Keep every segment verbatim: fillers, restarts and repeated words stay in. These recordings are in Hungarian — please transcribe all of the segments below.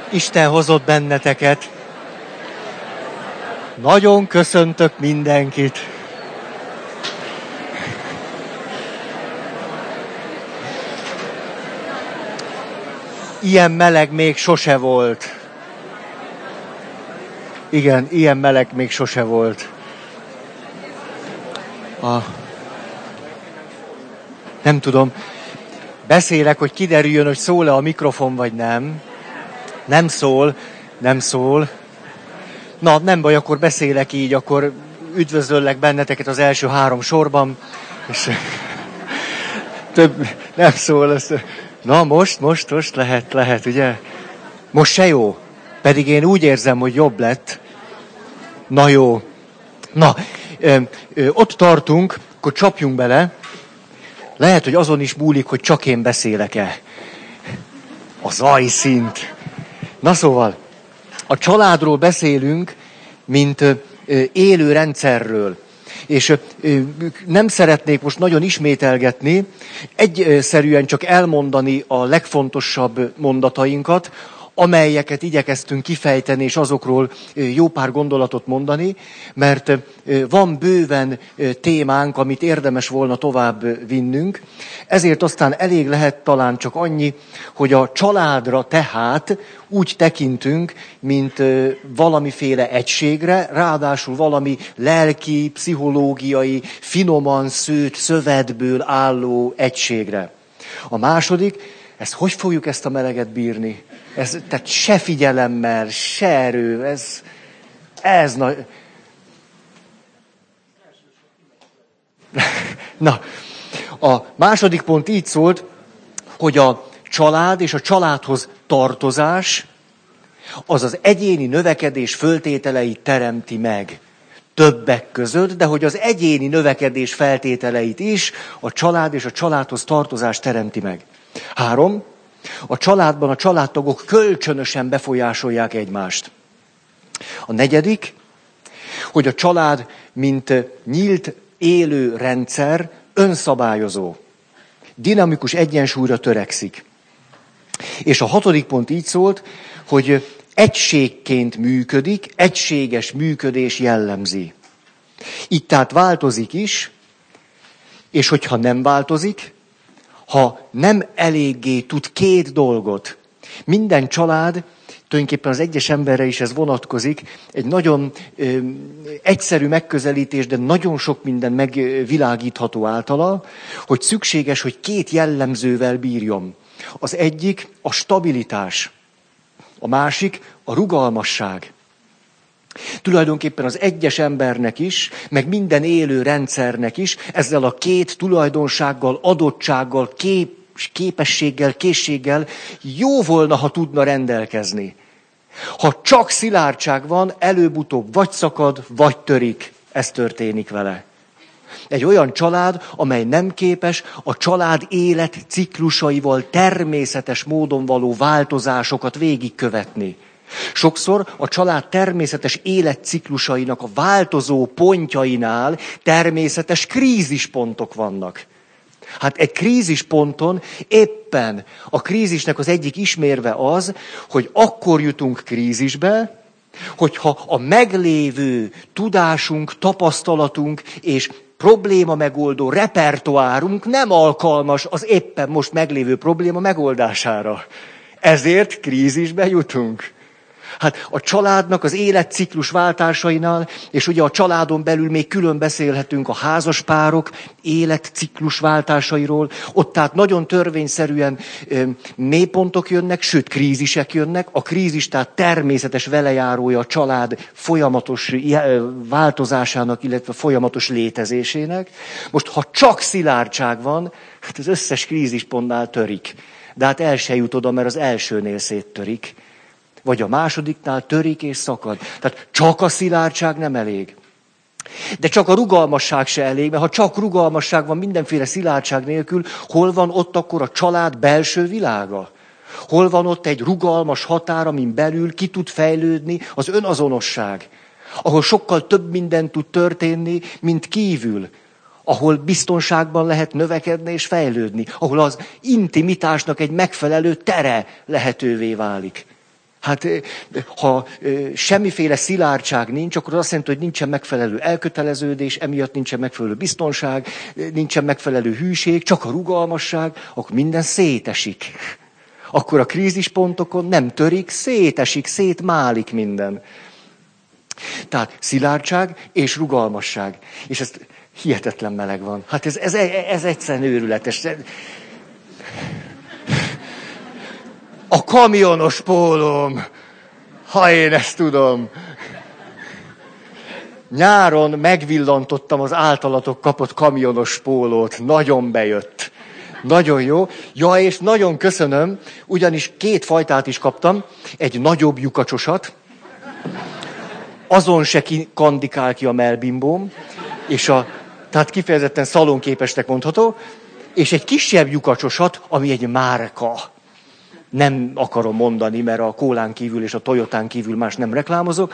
Isten hozott benneteket. Nagyon köszöntök mindenkit. Ilyen meleg még sose volt. Igen, ilyen meleg még sose volt. A... Nem tudom. Beszélek, hogy kiderüljön, hogy szól-e a mikrofon, vagy nem. Nem szól, nem szól. Na, nem baj, akkor beszélek így, akkor üdvözöllek benneteket az első három sorban. És több nem szól. Ezt... Na, most, most, most lehet, lehet, ugye? Most se jó. Pedig én úgy érzem, hogy jobb lett. Na jó. Na, ö, ö, ott tartunk, akkor csapjunk bele. Lehet, hogy azon is múlik, hogy csak én beszélek-e. A zajszint. Na szóval, a családról beszélünk, mint ö, élő rendszerről. És ö, nem szeretnék most nagyon ismételgetni, egyszerűen csak elmondani a legfontosabb mondatainkat, amelyeket igyekeztünk kifejteni, és azokról jó pár gondolatot mondani, mert van bőven témánk, amit érdemes volna tovább vinnünk. Ezért aztán elég lehet talán csak annyi, hogy a családra tehát úgy tekintünk, mint valamiféle egységre, ráadásul valami lelki, pszichológiai, finoman szőtt szövetből álló egységre. A második, ezt hogy fogjuk ezt a meleget bírni? Ez, tehát se figyelemmel, se erő, ez, ez na... Na, a második pont így szólt, hogy a család és a családhoz tartozás az az egyéni növekedés föltételeit teremti meg. Többek között, de hogy az egyéni növekedés feltételeit is a család és a családhoz tartozás teremti meg. Három. A családban a családtagok kölcsönösen befolyásolják egymást. A negyedik, hogy a család, mint nyílt, élő rendszer, önszabályozó, dinamikus egyensúlyra törekszik. És a hatodik pont így szólt, hogy egységként működik, egységes működés jellemzi. Így tehát változik is, és hogyha nem változik, ha nem eléggé tud két dolgot, minden család, tulajdonképpen az egyes emberre is ez vonatkozik, egy nagyon ö, egyszerű megközelítés, de nagyon sok minden megvilágítható általa, hogy szükséges, hogy két jellemzővel bírjon. Az egyik a stabilitás, a másik a rugalmasság. Tulajdonképpen az egyes embernek is, meg minden élő rendszernek is ezzel a két tulajdonsággal, adottsággal, kép, képességgel, készséggel jó volna, ha tudna rendelkezni. Ha csak szilárdság van, előbb-utóbb vagy szakad, vagy törik. Ez történik vele. Egy olyan család, amely nem képes a család élet ciklusaival természetes módon való változásokat végigkövetni. Sokszor a család természetes életciklusainak a változó pontjainál természetes krízispontok vannak. Hát egy krízisponton éppen a krízisnek az egyik ismérve az, hogy akkor jutunk krízisbe, hogyha a meglévő tudásunk, tapasztalatunk és probléma megoldó repertoárunk nem alkalmas az éppen most meglévő probléma megoldására. Ezért krízisbe jutunk. Hát a családnak az életciklus váltásainál, és ugye a családon belül még külön beszélhetünk a házaspárok életciklus váltásairól, ott tehát nagyon törvényszerűen ö, mélypontok jönnek, sőt krízisek jönnek, a krízis tehát természetes velejárója a család folyamatos változásának, illetve folyamatos létezésének. Most ha csak szilárdság van, hát az összes krízispontnál törik. De hát el se jut oda, mert az elsőnél széttörik. Vagy a másodiknál törik és szakad. Tehát csak a szilárdság nem elég. De csak a rugalmasság se elég, mert ha csak rugalmasság van mindenféle szilárdság nélkül, hol van ott akkor a család belső világa? Hol van ott egy rugalmas határ, amin belül ki tud fejlődni az önazonosság? Ahol sokkal több minden tud történni, mint kívül. Ahol biztonságban lehet növekedni és fejlődni. Ahol az intimitásnak egy megfelelő tere lehetővé válik. Hát ha semmiféle szilárdság nincs, akkor az azt jelenti, hogy nincsen megfelelő elköteleződés, emiatt nincsen megfelelő biztonság, nincsen megfelelő hűség, csak a rugalmasság, akkor minden szétesik. Akkor a krízispontokon nem törik, szétesik, szétmálik minden. Tehát szilárdság és rugalmasság. És ez hihetetlen meleg van. Hát ez, ez, ez egyszerűen őrületes. A kamionos pólóm, ha én ezt tudom. Nyáron megvillantottam az általatok kapott kamionos pólót. Nagyon bejött. Nagyon jó. Ja, és nagyon köszönöm, ugyanis két fajtát is kaptam. Egy nagyobb lyukacsosat. Azon se kandikál ki a melbimbóm. És a, tehát kifejezetten szalonképesnek mondható. És egy kisebb lyukacsosat, ami egy márka. Nem akarom mondani, mert a kólán kívül és a Toyotán kívül más nem reklámozok.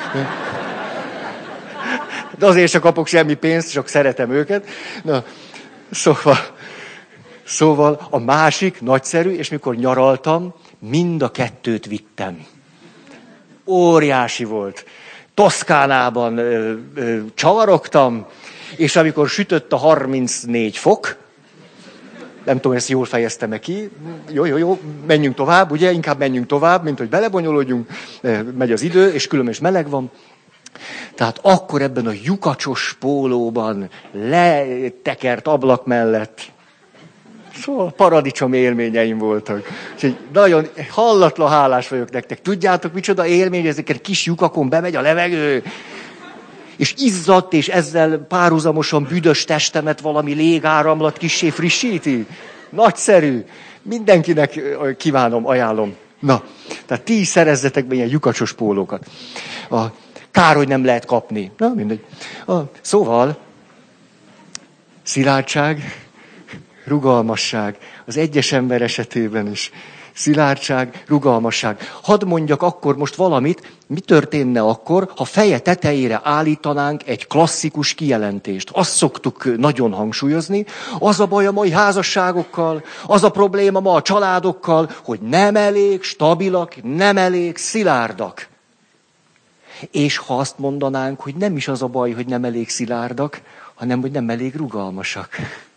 De azért se kapok semmi pénzt, csak szeretem őket. Na, szóval, szóval a másik nagyszerű, és mikor nyaraltam, mind a kettőt vittem. Óriási volt. Toszkánában ö, ö, csavarogtam, és amikor sütött a harmincnégy fok, nem tudom, ezt jól fejeztem-e ki. Jó, jó, jó, menjünk tovább, ugye? Inkább menjünk tovább, mint hogy belebonyolódjunk. Megy az idő, és különben is meleg van. Tehát akkor ebben a lyukacsos pólóban, letekert ablak mellett, szóval paradicsom élményeim voltak. Úgyhogy nagyon hallatlan hálás vagyok nektek. Tudjátok, micsoda élmény, ezeket kis lyukakon bemegy a levegő, és izzadt, és ezzel párhuzamosan büdös testemet valami légáramlat kissé frissíti. Nagyszerű. Mindenkinek kívánom, ajánlom. Na, tehát ti is szerezzetek be ilyen lyukacsos pólókat. A, kár, hogy nem lehet kapni. Na, mindegy. A, szóval, szilárdság, rugalmasság. Az egyes ember esetében is. Szilárdság, rugalmasság. Hadd mondjak akkor most valamit, mi történne akkor, ha feje tetejére állítanánk egy klasszikus kijelentést. Azt szoktuk nagyon hangsúlyozni. Az a baj a mai házasságokkal, az a probléma ma a családokkal, hogy nem elég stabilak, nem elég szilárdak. És ha azt mondanánk, hogy nem is az a baj, hogy nem elég szilárdak, hanem hogy nem elég rugalmasak.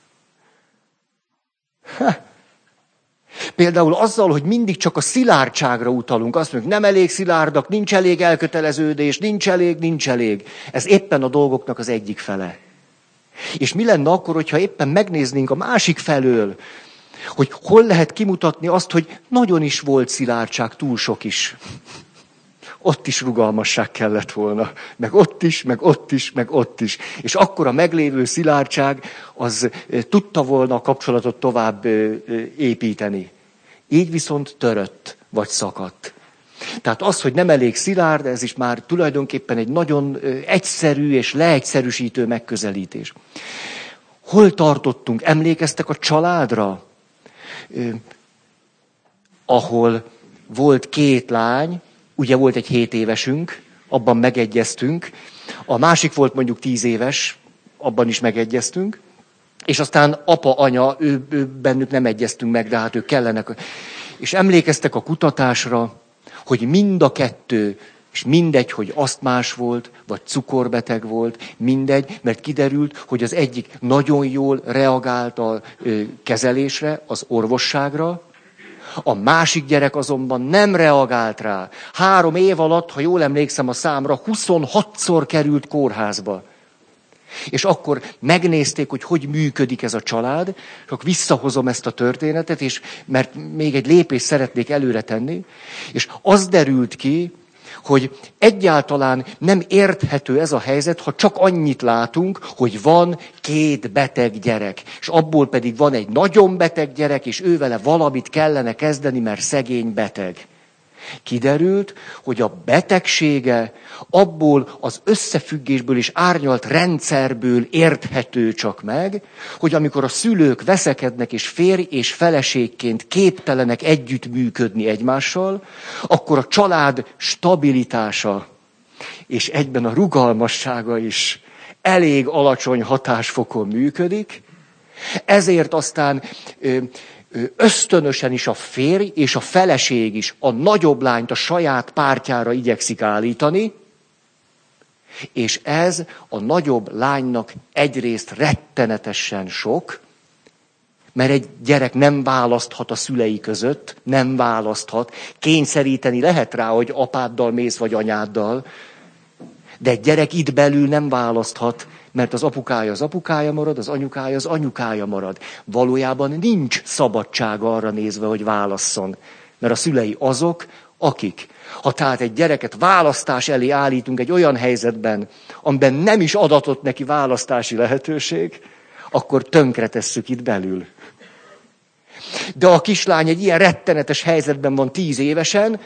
Ha. Például azzal, hogy mindig csak a szilárdságra utalunk, azt mondjuk, nem elég szilárdak, nincs elég elköteleződés, nincs elég, nincs elég. Ez éppen a dolgoknak az egyik fele. És mi lenne akkor, hogyha éppen megnéznénk a másik felől, hogy hol lehet kimutatni azt, hogy nagyon is volt szilárdság, túl sok is. Ott is rugalmasság kellett volna. Meg ott is, meg ott is, meg ott is. És akkor a meglévő szilárdság az tudta volna a kapcsolatot tovább építeni. Így viszont törött, vagy szakadt. Tehát az, hogy nem elég szilárd, ez is már tulajdonképpen egy nagyon egyszerű és leegyszerűsítő megközelítés. Hol tartottunk? Emlékeztek a családra? Eh, ahol volt két lány, ugye volt egy hét évesünk, abban megegyeztünk, a másik volt mondjuk tíz éves, abban is megegyeztünk, és aztán apa, anya, ő, ő bennük nem egyeztünk meg, de hát ők kellenek. És emlékeztek a kutatásra, hogy mind a kettő, és mindegy, hogy asztmás volt, vagy cukorbeteg volt, mindegy, mert kiderült, hogy az egyik nagyon jól reagált a kezelésre, az orvosságra, a másik gyerek azonban nem reagált rá. Három év alatt, ha jól emlékszem a számra, huszonhatszor került kórházba. És akkor megnézték, hogy hogy működik ez a család, és akkor visszahozom ezt a történetet, és mert még egy lépést szeretnék előre tenni, és az derült ki, hogy egyáltalán nem érthető ez a helyzet, ha csak annyit látunk, hogy van két beteg gyerek, és abból pedig van egy nagyon beteg gyerek, és ővele valamit kellene kezdeni, mert szegény beteg. Kiderült, hogy a betegsége abból az összefüggésből és árnyalt rendszerből érthető csak meg, hogy amikor a szülők veszekednek és férj és feleségként képtelenek együttműködni egymással, akkor a család stabilitása és egyben a rugalmassága is elég alacsony hatásfokon működik, ezért aztán ösztönösen is a férj és a feleség is a nagyobb lányt a saját pártjára igyekszik állítani, és ez a nagyobb lánynak egyrészt rettenetesen sok, mert egy gyerek nem választhat a szülei között, nem választhat. Kényszeríteni lehet rá, hogy apáddal mész, vagy anyáddal, de egy gyerek itt belül nem választhat, mert az apukája az apukája marad, az anyukája az anyukája marad. Valójában nincs szabadsága arra nézve, hogy válasszon, mert a szülei azok, akik. Ha tehát egy gyereket választás elé állítunk egy olyan helyzetben, amiben nem is adatott neki választási lehetőség, akkor tönkretesszük itt belül. De a kislány egy ilyen rettenetes helyzetben van tíz évesen,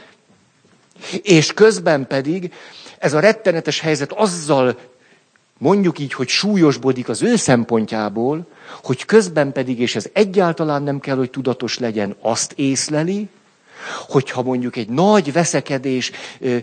és közben pedig ez a rettenetes helyzet azzal mondjuk így, hogy súlyosbodik az ő szempontjából, hogy közben pedig, és ez egyáltalán nem kell, hogy tudatos legyen, azt észleli, hogyha mondjuk egy nagy veszekedés,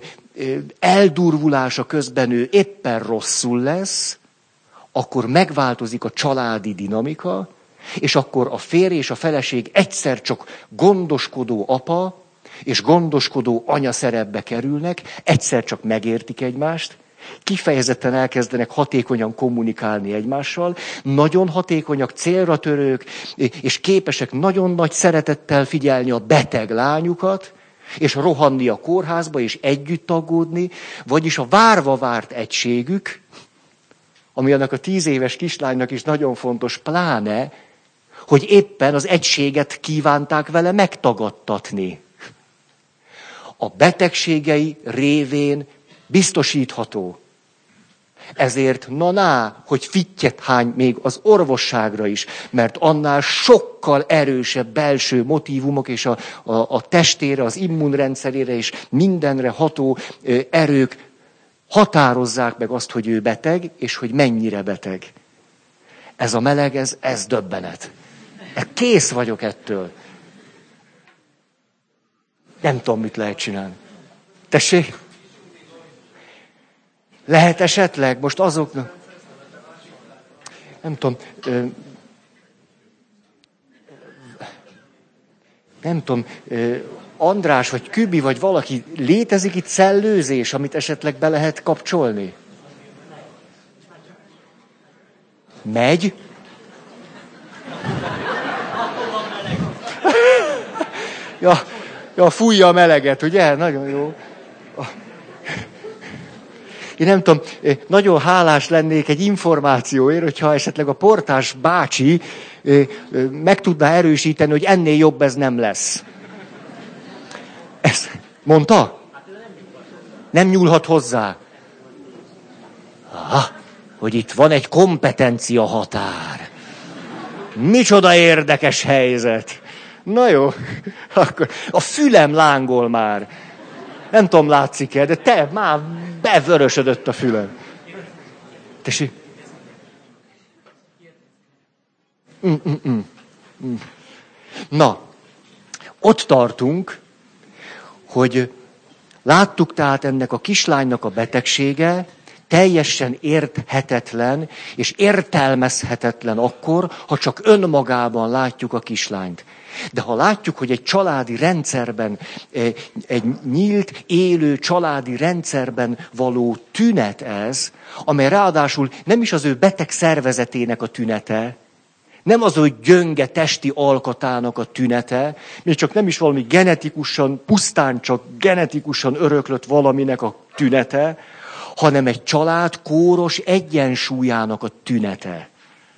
eldurvulása közben ő éppen rosszul lesz, akkor megváltozik a családi dinamika, és akkor a férj és a feleség egyszer csak gondoskodó apa és gondoskodó anya szerepbe kerülnek, egyszer csak megértik egymást, kifejezetten elkezdenek hatékonyan kommunikálni egymással, nagyon hatékonyak, célra törők, és képesek nagyon nagy szeretettel figyelni a beteg lányukat, és rohanni a kórházba, és együtt aggódni, vagyis a várva várt egységük, ami annak a tíz éves kislánynak is nagyon fontos, pláne, hogy éppen az egységet kívánták vele megtagadtatni. A betegségei révén biztosítható. Ezért na-ná, hogy fittyet hány még az orvosságra is, mert annál sokkal erősebb belső motívumok és a, a, a testére, az immunrendszerére és mindenre ható erők határozzák meg azt, hogy ő beteg, és hogy mennyire beteg. Ez a meleg, ez, ez döbbenet. Kész vagyok ettől. Nem tudom, mit lehet csinálni. Tessék? Lehet esetleg most azoknak... Nem tudom... Ö... Nem tudom... Ö... András, vagy Kübi, vagy valaki, létezik itt szellőzés, amit esetleg be lehet kapcsolni? Megy? Ja, ja, fújja a meleget, ugye? Nagyon jó. Én nem tudom, nagyon hálás lennék egy információért, hogyha esetleg a portás bácsi meg tudná erősíteni, hogy ennél jobb ez nem lesz. Ezt mondta? Nem nyúlhat hozzá. Aha, hogy itt van egy kompetencia határ. Micsoda érdekes helyzet. Na jó, akkor a fülem lángol már. Nem tudom, látszik-e, de te már bevörösödött a fülem. Tessék? Mm, mm, mm, mm. Na, ott tartunk, hogy láttuk tehát ennek a kislánynak a betegsége, teljesen érthetetlen és értelmezhetetlen akkor, ha csak önmagában látjuk a kislányt. De ha látjuk, hogy egy családi rendszerben, egy nyílt, élő családi rendszerben való tünet ez, amely ráadásul nem is az ő beteg szervezetének a tünete, nem az ő gyönge testi alkatának a tünete, még csak nem is valami genetikusan, pusztán csak genetikusan öröklött valaminek a tünete, hanem egy család kóros egyensúlyának a tünete.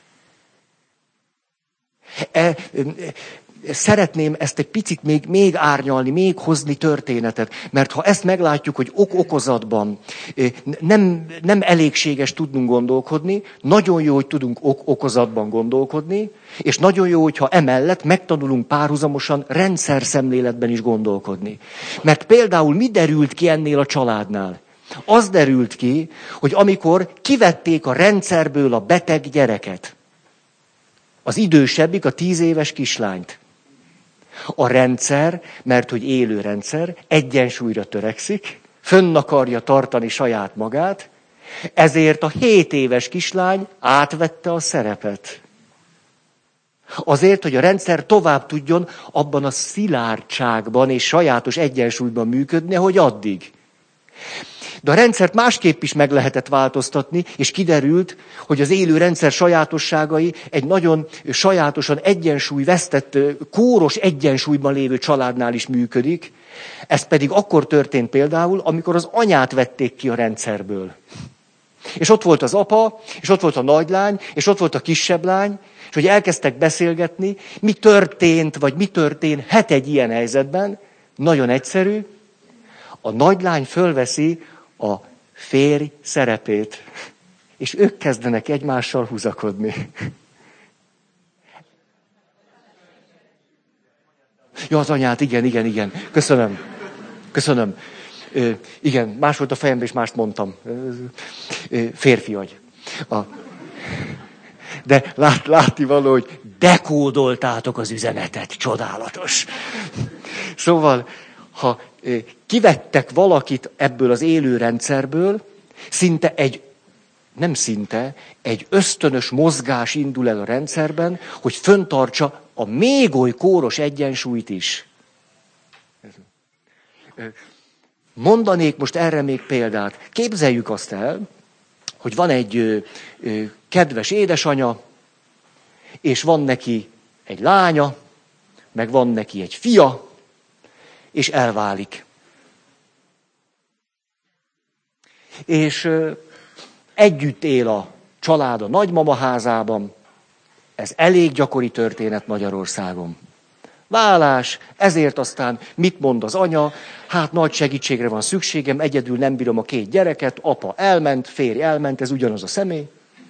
E, Szeretném ezt egy picit még, még árnyalni, még hozni történetet, mert ha ezt meglátjuk, hogy ok-okozatban nem, nem elégséges tudnunk gondolkodni, nagyon jó, hogy tudunk ok- okozatban gondolkodni, és nagyon jó, hogyha emellett megtanulunk párhuzamosan rendszerszemléletben is gondolkodni. Mert például mi derült ki ennél a családnál? Az derült ki, hogy amikor kivették a rendszerből a beteg gyereket, az idősebbik, a tíz éves kislányt, a rendszer, mert hogy élő rendszer, egyensúlyra törekszik, fönn akarja tartani saját magát, ezért a hét éves kislány átvette a szerepet. Azért, hogy a rendszer tovább tudjon abban a szilárdságban és sajátos egyensúlyban működni, hogy addig. De a rendszert másképp is meg lehetett változtatni, és kiderült, hogy az élő rendszer sajátosságai egy nagyon sajátosan egyensúlyvesztett, kóros egyensúlyban lévő családnál is működik. Ez pedig akkor történt például, amikor az anyát vették ki a rendszerből. És ott volt az apa, és ott volt a nagylány, és ott volt a kisebb lány, és hogy elkezdtek beszélgetni, mi történt, vagy mi történhet egy ilyen helyzetben, nagyon egyszerű, a nagylány fölveszi a férj szerepét, és ők kezdenek egymással húzakodni. Ja, az anyát, igen, igen, igen. Köszönöm. Köszönöm. Ö, igen, más volt a fejemben, és mást mondtam. Ö, férfi vagy. A... De lát, látni való, hogy dekódoltátok az üzenetet. Csodálatos. Szóval, ha kivettek valakit ebből az élő rendszerből, szinte egy, nem szinte, egy ösztönös mozgás indul el a rendszerben, hogy föntartsa a még oly kóros egyensúlyt is. Mondanék most erre még példát. Képzeljük azt el, hogy van egy ö, ö, kedves édesanya, és van neki egy lánya, meg van neki egy fia, és elválik. És ö, együtt él a család a nagymama házában. Ez elég gyakori történet Magyarországon. Válás, ezért aztán mit mond az anya? Hát nagy segítségre van szükségem, egyedül nem bírom a két gyereket, apa elment, férj elment, ez ugyanaz a személy.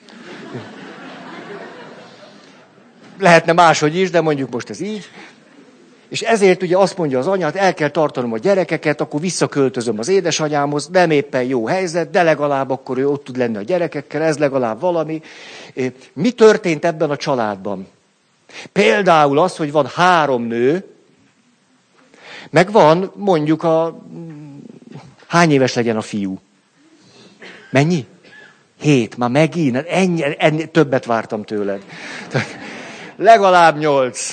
Lehetne máshogy is, de mondjuk most ez így. És ezért ugye azt mondja az anya, hát el kell tartanom a gyerekeket, akkor visszaköltözöm az édesanyámhoz, nem éppen jó helyzet, de legalább akkor ő ott tud lenni a gyerekekkel, ez legalább valami. Mi történt ebben a családban? Például az, hogy van három nő, meg van mondjuk a... Hány éves legyen a fiú? Mennyi? Hét, már megint, ennyi, ennyi, többet vártam tőled. Legalább nyolc.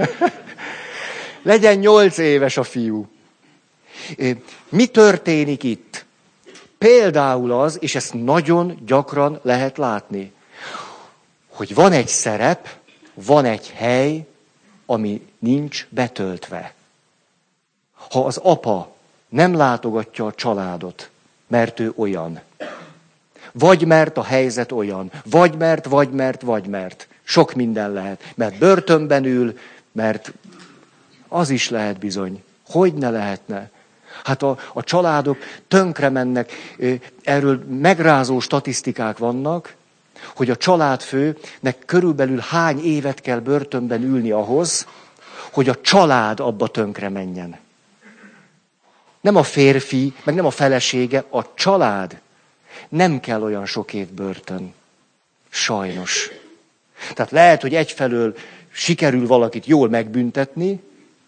Legyen nyolc éves a fiú. Mi történik itt? Például az, és ezt nagyon gyakran lehet látni, hogy van egy szerep, van egy hely, ami nincs betöltve. Ha az apa nem látogatja a családot, mert ő olyan, vagy mert a helyzet olyan, vagy mert, vagy mert, vagy mert. Sok minden lehet. Mert börtönben ül, mert az is lehet bizony. Hogy ne lehetne? Hát a, a családok tönkre mennek. Erről megrázó statisztikák vannak, hogy a családfőnek körülbelül hány évet kell börtönben ülni ahhoz, hogy a család abba tönkre menjen. Nem a férfi, meg nem a felesége, a család. Nem kell olyan sok év börtön. Sajnos. Tehát lehet, hogy egyfelől sikerül valakit jól megbüntetni,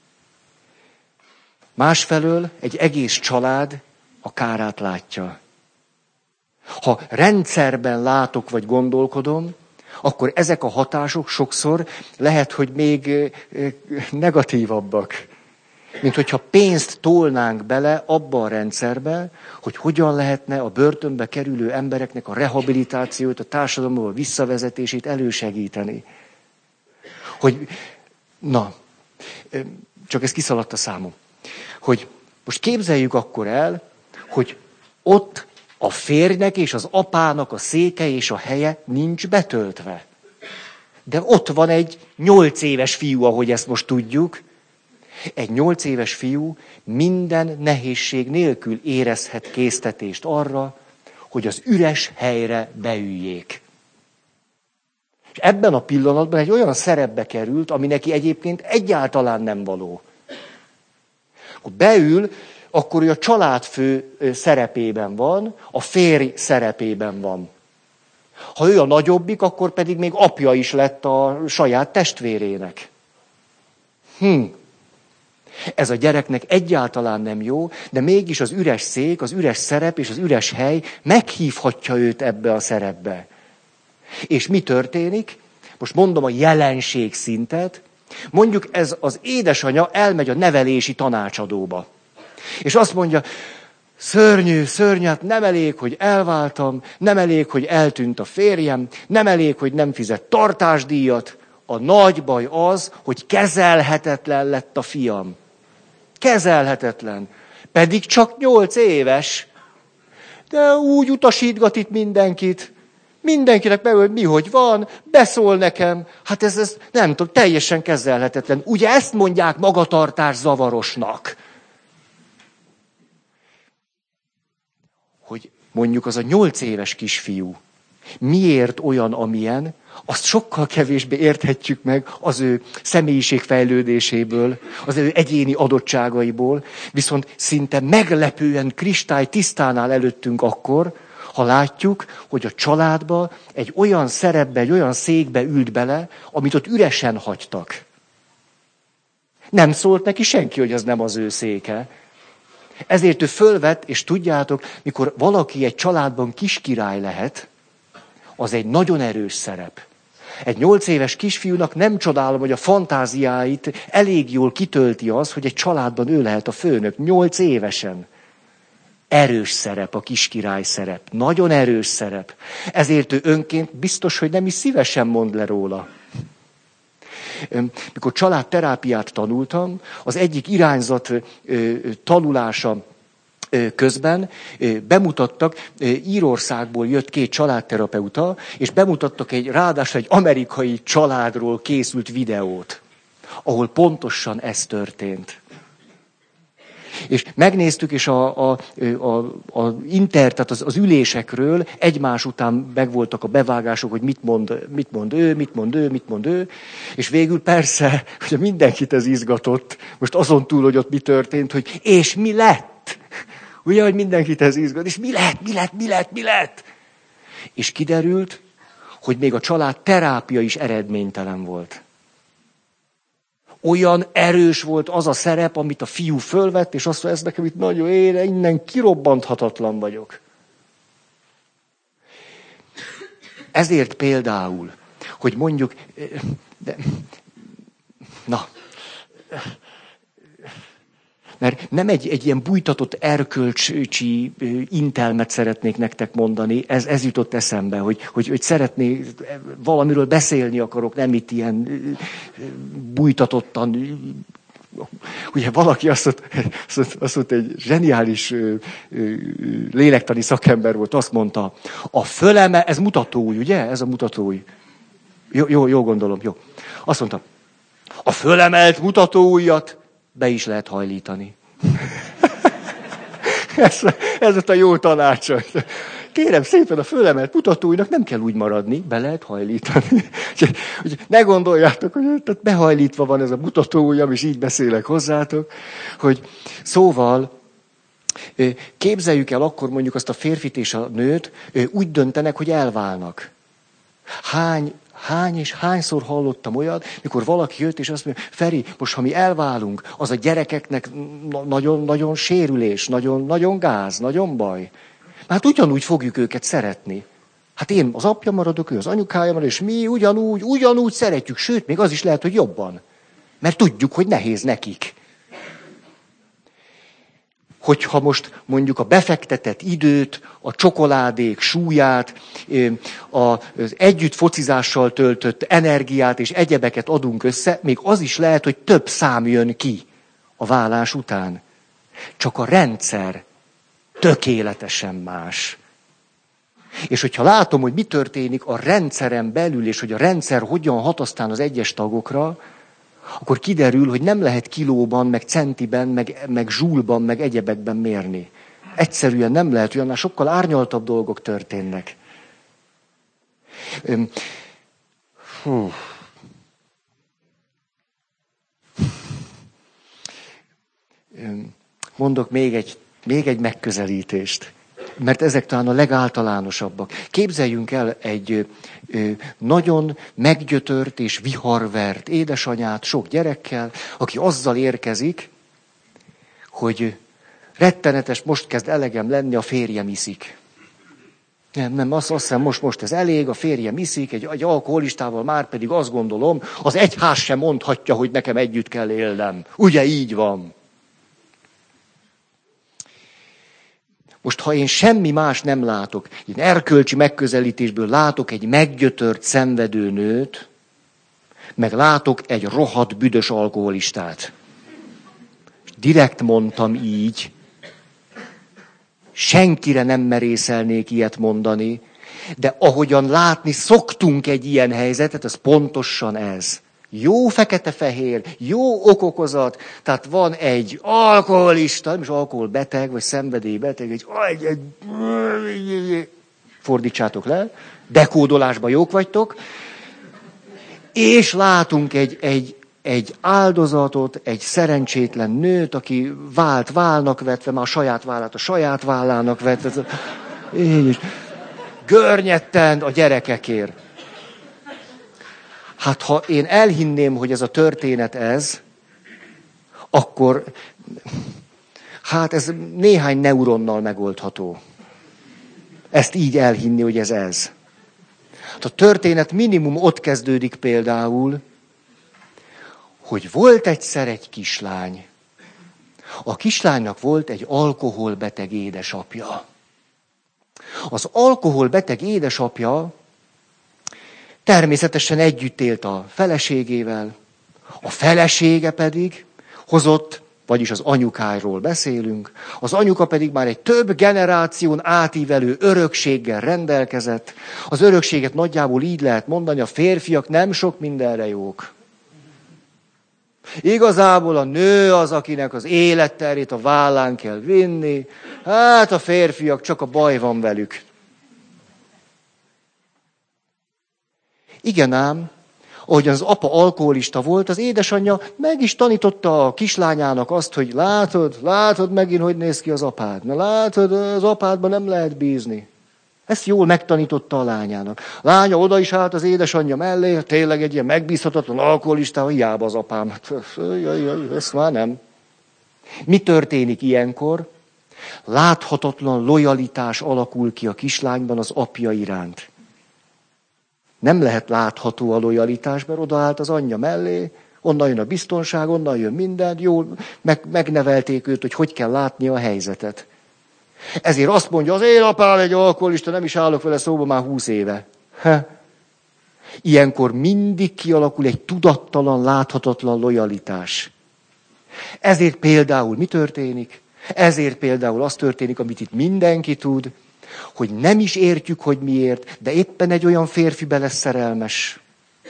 másfelől egy egész család a kárát látja. Ha rendszerben látok vagy gondolkodom, akkor ezek a hatások sokszor lehet, hogy még negatívabbak. Mint hogyha pénzt tolnánk bele abba a rendszerbe, hogy hogyan lehetne a börtönbe kerülő embereknek a rehabilitációt, a társadalomba visszavezetését elősegíteni. Hogy, na, csak ez kiszaladt a számom, hogy most képzeljük akkor el, hogy ott a férjnek és az apának a széke és a helye nincs betöltve. De ott van egy nyolc éves fiú, ahogy ezt most tudjuk. Egy nyolc éves fiú minden nehézség nélkül érezhet késztetést arra, hogy az üres helyre beüljék. És ebben a pillanatban egy olyan szerepbe került, ami neki egyébként egyáltalán nem való. Akkor beül, akkor ő a családfő szerepében van, a férj szerepében van. Ha ő a nagyobbik, akkor pedig még apja is lett a saját testvérének. Hm. Ez a gyereknek egyáltalán nem jó, de mégis az üres szék, az üres szerep és az üres hely meghívhatja őt ebbe a szerepbe. És mi történik? most mondom a jelenség szintet, mondjuk ez az édesanyja elmegy a nevelési tanácsadóba. És azt mondja, szörnyű, szörnyű, hát nem elég, hogy elváltam, nem elég, hogy eltűnt a férjem, nem elég, hogy nem fizet tartásdíjat. A nagy baj az, hogy kezelhetetlen lett a fiam. Kezelhetetlen. Pedig csak nyolc éves. De úgy utasítgat itt mindenkit. Mindenkinek meg, hogy mi, hogy van, beszól nekem. Hát ez, ez nem tudom, teljesen kezelhetetlen. Ugye ezt mondják magatartás zavarosnak. Hogy mondjuk az a nyolc éves kisfiú miért olyan, amilyen, azt sokkal kevésbé érthetjük meg az ő személyiségfejlődéséből, az ő egyéni adottságaiból, viszont szinte meglepően kristály tisztán áll előttünk akkor, ha látjuk, hogy a családba egy olyan szerepbe, egy olyan székbe ült bele, amit ott üresen hagytak. Nem szólt neki senki, hogy az nem az ő széke. Ezért ő fölvett, és tudjátok, mikor valaki egy családban kiskirály lehet, az egy nagyon erős szerep. Egy nyolc éves kisfiúnak nem csodálom, hogy a fantáziáit elég jól kitölti az, hogy egy családban ő lehet a főnök. Nyolc évesen. Erős szerep, a kiskirály szerep. Nagyon erős szerep. Ezért ő önként biztos, hogy nem is szívesen mond le róla. Mikor családterápiát tanultam, az egyik irányzat tanulása közben bemutattak, Írországból jött két családterapeuta, és bemutattak egy, ráadásul egy amerikai családról készült videót, ahol pontosan ez történt. És megnéztük, és a, a, a, a inter, tehát az, az ülésekről egymás után megvoltak a bevágások, hogy mit mond, mit mond ő, mit mond ő, mit mond ő, és végül persze, hogy mindenkit ez izgatott, most azon túl, hogy ott mi történt, hogy és mi lett? Ugye, hogy mindenkit ez izgat, és mi lett, mi lett, mi lett, mi lett? És kiderült, hogy még a család terápia is eredménytelen volt. Olyan erős volt az a szerep, amit a fiú fölvett, és azt mondja, ez nekem itt nagyon ére, innen kirobbanthatatlan vagyok. Ezért például, hogy mondjuk, de, na, mert nem egy, egy ilyen bújtatott erkölcsi intelmet szeretnék nektek mondani, ez, ez jutott eszembe, hogy, hogy, hogy szeretnék, valamiről beszélni akarok, nem itt ilyen bújtatottan. Ugye valaki azt mondta, azt mondta, egy zseniális lélektani szakember volt, azt mondta, a föleme, ez mutatói, ugye? Ez a mutatói. Jó, jó, jó gondolom, jó. Azt mondta, a fölemelt mutatóujjat be is lehet hajlítani. ez, ez ott a jó tanácsa. Kérem szépen, a fölemelt mutatóinak nem kell úgy maradni, be lehet hajlítani. Ne gondoljátok, hogy tehát behajlítva van ez a mutatóujjam, és így beszélek hozzátok, hogy szóval képzeljük el akkor mondjuk azt a férfit és a nőt, úgy döntenek, hogy elválnak. Hány Hány és hányszor hallottam olyat, mikor valaki jött, és azt mondja, Feri, most ha mi elválunk, az a gyerekeknek nagyon-nagyon sérülés, nagyon-nagyon gáz, nagyon baj. Hát ugyanúgy fogjuk őket szeretni. Hát én az apja maradok, ő az anyukája marad, és mi ugyanúgy, ugyanúgy szeretjük, sőt, még az is lehet, hogy jobban. Mert tudjuk, hogy nehéz nekik. Hogyha most mondjuk a befektetett időt, a csokoládék súlyát, az együtt focizással töltött energiát és egyebeket adunk össze, még az is lehet, hogy több szám jön ki a válás után. Csak a rendszer tökéletesen más. És hogyha látom, hogy mi történik a rendszeren belül, és hogy a rendszer hogyan hat aztán az egyes tagokra, akkor kiderül, hogy nem lehet kilóban, meg centiben, meg, meg zsúlban, meg egyebekben mérni. Egyszerűen nem lehet, olyan sokkal árnyaltabb dolgok történnek. Hú. Mondok még egy, még egy megközelítést, mert ezek talán a legáltalánosabbak. Képzeljünk el egy nagyon meggyötört és viharvert édesanyát sok gyerekkel, aki azzal érkezik, hogy rettenetes, most kezd elegem lenni, a férjem iszik. Nem, nem, azt, azt hiszem most, most ez elég, a férjem iszik, egy, egy alkoholistával már pedig azt gondolom, az egyház sem mondhatja, hogy nekem együtt kell élnem. Ugye így van? Most, ha én semmi más nem látok, én erkölcsi megközelítésből látok egy meggyötört, szenvedő nőt, meg látok egy rohadt büdös alkoholistát. Direkt mondtam így, senkire nem merészelnék ilyet mondani, de ahogyan látni szoktunk egy ilyen helyzetet, az pontosan ez. Jó fekete-fehér, jó okokozat, tehát van egy alkoholista, nem is alkoholbeteg, vagy szenvedélybeteg, egy, egy, egy fordítsátok le, dekódolásban jók vagytok, és látunk egy, egy, egy áldozatot, egy szerencsétlen nőt, aki vált válnak vetve, már a saját vállát a saját vállának vetve, így is, görnyetten a gyerekekért. Hát ha én elhinném, hogy ez a történet ez, akkor hát ez néhány neuronnal megoldható. Ezt így elhinni, hogy ez ez. Hát a történet minimum ott kezdődik például, hogy volt egyszer egy kislány. A kislánynak volt egy alkoholbeteg édesapja. Az alkoholbeteg édesapja természetesen együtt élt a feleségével, a felesége pedig hozott, vagyis az anyukáról beszélünk, az anyuka pedig már egy több generáción átívelő örökséggel rendelkezett. Az örökséget nagyjából így lehet mondani, a férfiak nem sok mindenre jók. Igazából a nő az, akinek az életterét a vállán kell vinni, hát a férfiak csak a baj van velük. Igen ám, ahogyan az apa alkoholista volt, az édesanyja meg is tanította a kislányának azt, hogy látod, látod megint, hogy néz ki az apád. Na látod, az apádban nem lehet bízni. Ezt jól megtanította a lányának. A lánya oda is állt az édesanyja mellé, tényleg egy ilyen megbízhatatlan alkoholista, hiába az apám. Ezt már nem. Mi történik ilyenkor? Láthatatlan lojalitás alakul ki a kislányban az apja iránt. Nem lehet látható a lojalitás, mert odaállt az anyja mellé, onnan jön a biztonság, onnan jön minden, jól meg, megnevelték őt, hogy hogy kell látni a helyzetet. Ezért azt mondja, az én apám egy alkoholista, nem is állok vele szóba már húsz éve. Ha. Ilyenkor mindig kialakul egy tudattalan, láthatatlan lojalitás. Ezért például mi történik? Ezért például az történik, amit itt mindenki tud, hogy nem is értjük, hogy miért, de éppen egy olyan férfibe lesz szerelmes,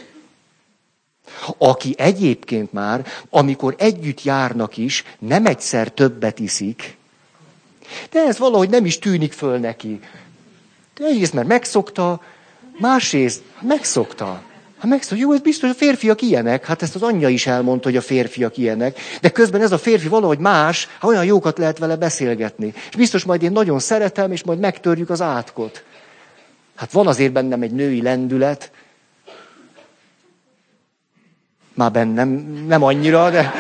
aki egyébként már, amikor együtt járnak is, nem egyszer többet iszik, de ez valahogy nem is tűnik föl neki. De egyrészt, mert megszokta, másrészt megszokta. Ha megszokta, jó, ez biztos, a férfiak ilyenek, hát ezt az anyja is elmondta, hogy a férfiak ilyenek, de közben ez a férfi valahogy más, ha olyan jókat lehet vele beszélgetni. És biztos majd én nagyon szeretem, és majd megtörjük az átkot. Hát van azért bennem egy női lendület, már bennem nem annyira, de...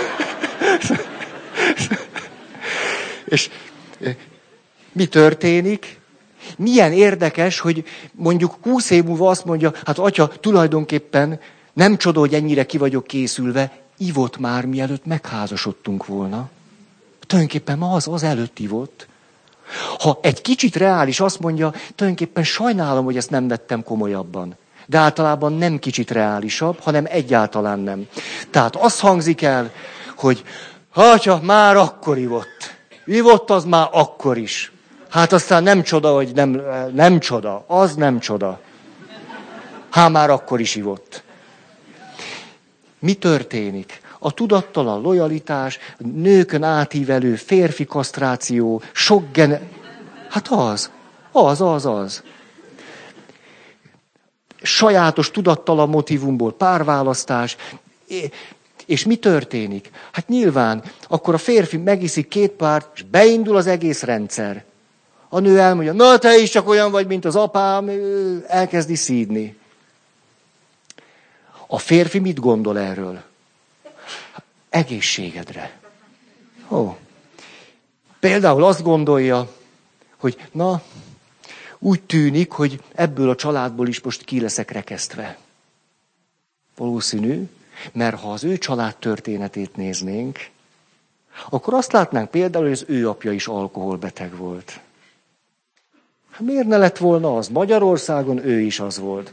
És mi történik? Milyen érdekes, hogy mondjuk húsz év múlva azt mondja, hát atya, tulajdonképpen nem csoda, hogy ennyire ki vagyok készülve, ivott már, mielőtt megházasodtunk volna. Tulajdonképpen ma az, az előtt ivott. Ha egy kicsit reális, azt mondja, tulajdonképpen sajnálom, hogy ezt nem vettem komolyabban. De általában nem kicsit reálisabb, hanem egyáltalán nem. Tehát az hangzik el, hogy atya, már akkor ivott. Ivott az már akkor is. Hát aztán nem csoda, hogy nem, nem csoda. Az nem csoda. Hát már akkor is ivott. Mi történik? A tudattalan lojalitás, nőkön átívelő férfi kasztráció, sok gen... Hát az, az, az, az. Sajátos tudattalan motivumból párválasztás. És mi történik? Hát nyilván, akkor a férfi megiszik két párt, és beindul az egész rendszer. A nő elmondja, na te is csak olyan vagy, mint az apám, elkezdi szídni. A férfi mit gondol erről? Egészségedre. Ó. Például azt gondolja, hogy na, úgy tűnik, hogy ebből a családból is most ki leszek rekesztve. Valószínű, mert ha az ő család történetét néznénk, akkor azt látnánk például, hogy az ő apja is alkoholbeteg volt. Hát miért ne lett volna az? Magyarországon ő is az volt.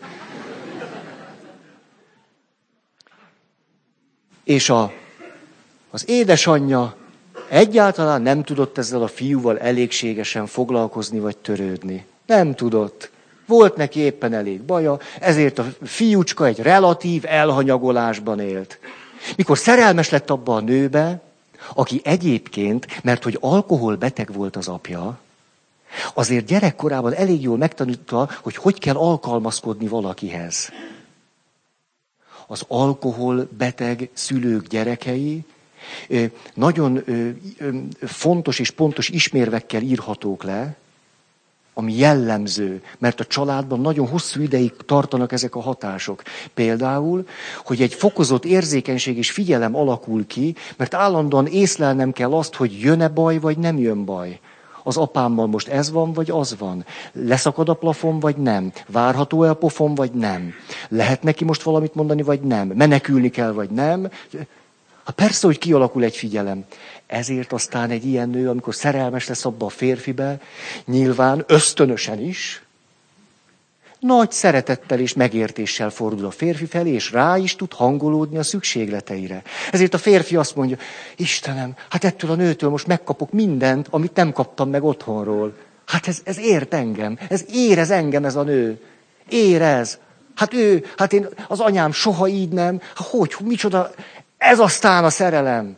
És a, az édesanyja egyáltalán nem tudott ezzel a fiúval elégségesen foglalkozni vagy törődni. Nem tudott. Volt neki éppen elég baja, ezért a fiúcska egy relatív elhanyagolásban élt. Mikor szerelmes lett abba a nőbe, aki egyébként, mert hogy alkoholbeteg volt az apja, azért gyerekkorában elég jól megtanulta, hogy hogy kell alkalmazkodni valakihez. Az alkoholbeteg szülők gyerekei nagyon fontos és pontos ismérvekkel írhatók le, ami jellemző, mert a családban nagyon hosszú ideig tartanak ezek a hatások. Például, hogy egy fokozott érzékenység és figyelem alakul ki, mert állandóan észlelnem kell azt, hogy jön-e baj, vagy nem jön baj. Az apámmal most ez van, vagy az van. Leszakad a plafon, vagy nem. Várható-e a pofon, vagy nem. Lehet neki most valamit mondani, vagy nem. Menekülni kell, vagy nem. Hát persze, hogy kialakul egy figyelem. Ezért aztán egy ilyen nő, amikor szerelmes lesz abba a férfibe, nyilván ösztönösen is, nagy szeretettel és megértéssel fordul a férfi felé, és rá is tud hangolódni a szükségleteire. Ezért a férfi azt mondja, Istenem, hát ettől a nőtől most megkapok mindent, amit nem kaptam meg otthonról. Hát ez, ez ért engem, ez érez engem ez a nő. Érez. Hát ő, hát én, az anyám soha így nem. Hát hogy, micsoda, ez aztán a szerelem.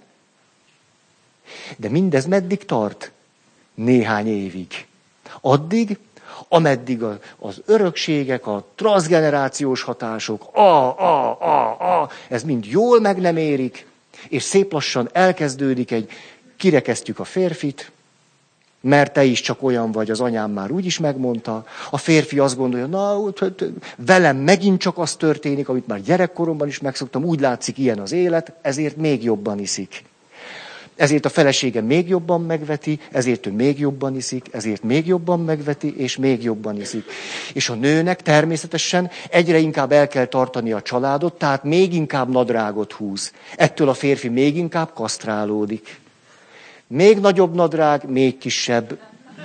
De mindez meddig tart? Néhány évig. Addig, ameddig az örökségek, a transzgenerációs hatások, a, a, a, a, ez mind jól meg nem érik, és szép lassan elkezdődik egy, kirekesztjük a férfit, mert te is csak olyan vagy, az anyám már úgy is megmondta. A férfi azt gondolja, na, velem megint csak az történik, amit már gyerekkoromban is megszoktam, úgy látszik ilyen az élet, ezért még jobban iszik. Ezért a felesége még jobban megveti, ezért ő még jobban iszik, ezért még jobban megveti, és még jobban iszik. És a nőnek természetesen egyre inkább el kell tartani a családot, tehát még inkább nadrágot húz. Ettől a férfi még inkább kasztrálódik. Még nagyobb nadrág, még kisebb.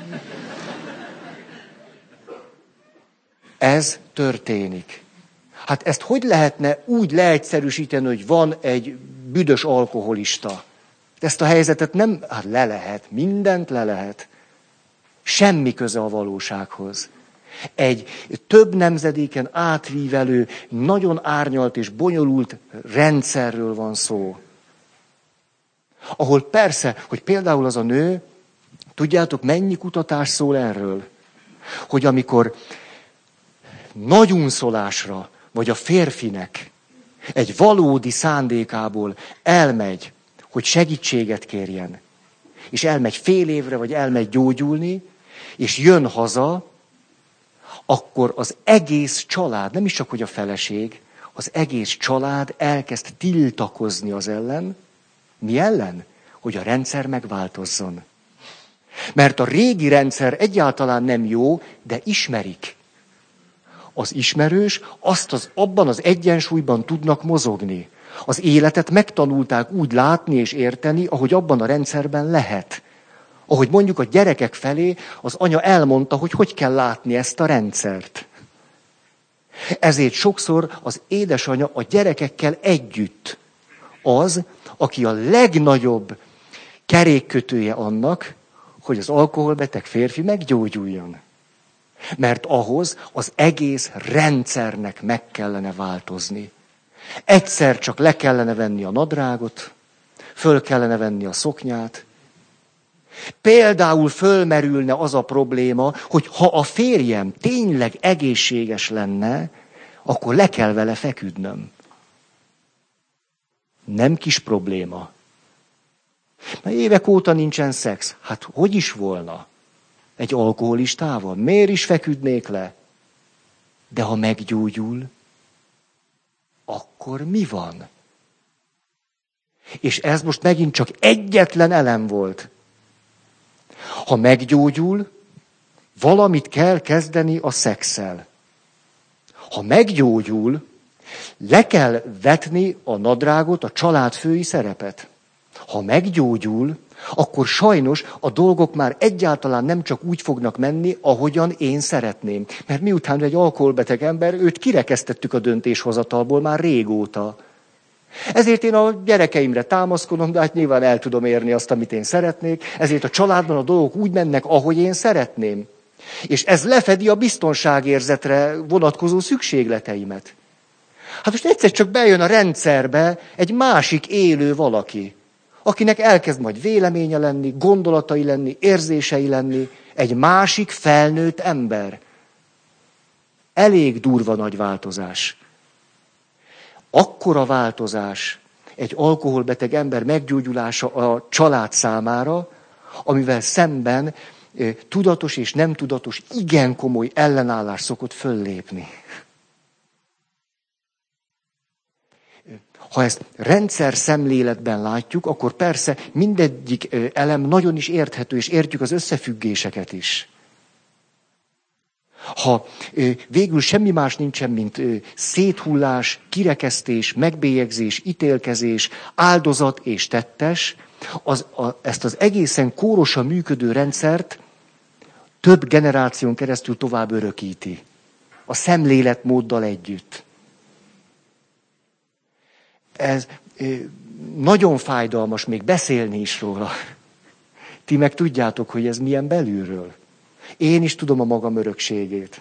Ez történik. Hát ezt hogy lehetne úgy leegyszerűsíteni, hogy van egy büdös alkoholista? Ezt a helyzetet nem, hát le lehet, mindent le lehet. Semmi köze a valósághoz. Egy több nemzedéken átvívelő, nagyon árnyalt és bonyolult rendszerről van szó. Ahol persze, hogy például az a nő, tudjátok, mennyi kutatás szól erről? Hogy amikor nagy unszolásra, vagy a férfinek egy valódi szándékából elmegy, hogy segítséget kérjen, és elmegy fél évre, vagy elmegy gyógyulni, és jön haza, akkor az egész család, nem is csak hogy a feleség, az egész család elkezd tiltakozni az ellen. Mi ellen? Hogy a rendszer megváltozzon. Mert a régi rendszer egyáltalán nem jó, de ismerik. Az ismerős, azt az, abban az egyensúlyban tudnak mozogni. Az életet megtanulták úgy látni és érteni, ahogy abban a rendszerben lehet. Ahogy mondjuk a gyerekek felé az anya elmondta, hogy hogy kell látni ezt a rendszert. Ezért sokszor az édesanya a gyerekekkel együtt az, aki a legnagyobb kerékkötője annak, hogy az alkoholbeteg férfi meggyógyuljon. Mert ahhoz az egész rendszernek meg kellene változni. Egyszer csak le kellene venni a nadrágot, föl kellene venni a szoknyát. Például fölmerülne az a probléma, hogy ha a férjem tényleg egészséges lenne, akkor le kell vele feküdnöm. Nem kis probléma. Mert évek óta nincsen szex. Hát hogy is volna? Egy alkoholistával? Miért is feküdnék le? De ha meggyógyul, akkor mi van? És ez most megint csak egyetlen elem volt. Ha meggyógyul, Valamit kell kezdeni a szexszel. Ha meggyógyul, le kell vetni a nadrágot, a családfői szerepet. Ha meggyógyul, akkor sajnos a dolgok már egyáltalán nem csak úgy fognak menni, ahogyan én szeretném. Mert miután egy alkoholbeteg ember, őt kirekesztettük a döntéshozatalból már régóta. Ezért én a gyerekeimre támaszkodom, de hát nyilván el tudom érni azt, amit én szeretnék. Ezért a családban a dolgok úgy mennek, ahogy én szeretném. És ez lefedi a biztonságérzetre vonatkozó szükségleteimet. Hát most egyszer csak bejön a rendszerbe egy másik élő valaki, akinek elkezd majd véleménye lenni, gondolatai lenni, érzései lenni, egy másik felnőtt ember. Elég durva nagy változás. Akkora változás egy alkoholbeteg ember meggyógyulása a család számára, amivel szemben tudatos és nem tudatos, igen komoly ellenállás szokott föllépni. Ha ezt rendszer szemléletben látjuk, akkor persze mindegyik elem nagyon is érthető, és értjük az összefüggéseket is. Ha végül semmi más nincsen, mint széthullás, kirekesztés, megbélyegzés, ítélkezés, áldozat és tettes, az, a, ezt az egészen kórosan működő rendszert több generáción keresztül tovább örökíti. A szemléletmóddal együtt. Ez nagyon fájdalmas még beszélni is róla. Ti meg tudjátok, hogy ez milyen belülről. Én is tudom a magam örökségét.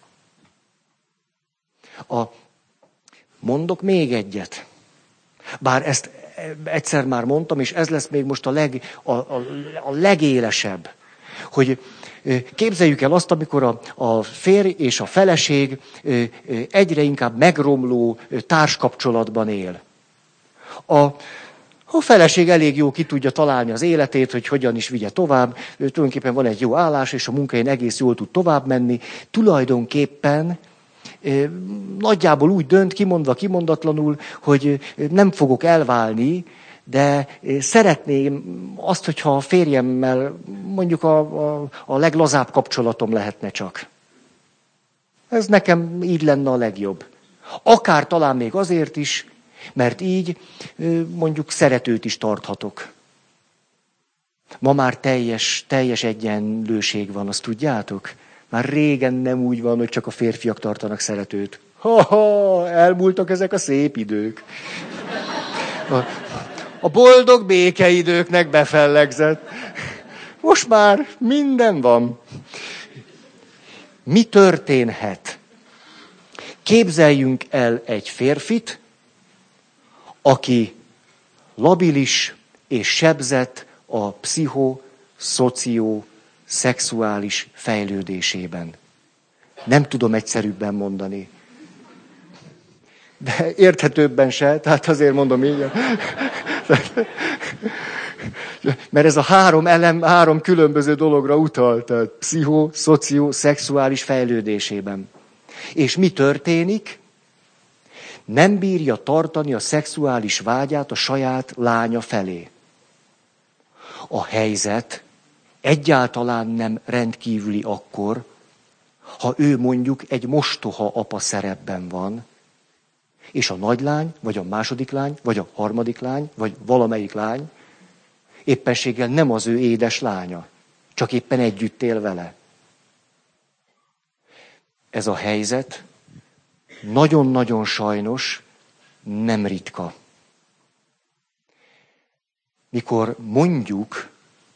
A, mondok még egyet. Bár ezt egyszer már mondtam, és ez lesz még most a, leg, a, a, a legélesebb. Hogy képzeljük el azt, amikor a, a férj és a feleség egyre inkább megromló társkapcsolatban él. A, a feleség elég jó ki tudja találni az életét, hogy hogyan is vigye tovább. Ő tulajdonképpen van egy jó állás, és a munkáján egész jól tud tovább menni. Tulajdonképpen nagyjából úgy dönt, kimondva, kimondatlanul, hogy nem fogok elválni, de szeretném azt, hogyha a férjemmel mondjuk a, a, a leglazább kapcsolatom lehetne csak. Ez nekem így lenne a legjobb. Akár talán még azért is, mert így mondjuk szeretőt is tarthatok. Ma már teljes, teljes egyenlőség van, azt tudjátok? Már régen nem úgy van, hogy csak a férfiak tartanak szeretőt. Ha-ha, elmúltak ezek a szép idők. A, a boldog békeidőknek befellegzett. Most már minden van. Mi történhet? Képzeljünk el egy férfit, aki labilis és sebzett a pszicho-szocio-szexuális fejlődésében. Nem tudom egyszerűbben mondani. De érthetőbben se, tehát azért mondom így. Mert ez a három elem, három különböző dologra utal, tehát pszicho-szocio-szexuális fejlődésében. És mi történik? Nem bírja tartani a szexuális vágyát a saját lánya felé. A helyzet egyáltalán nem rendkívüli akkor, ha ő mondjuk egy mostoha apa szerepben van, és a nagylány, vagy a második lány, vagy a harmadik lány, vagy valamelyik lány éppenséggel nem az ő édes lánya, csak éppen együtt él vele. Ez a helyzet nagyon-nagyon sajnos nem ritka. Mikor mondjuk,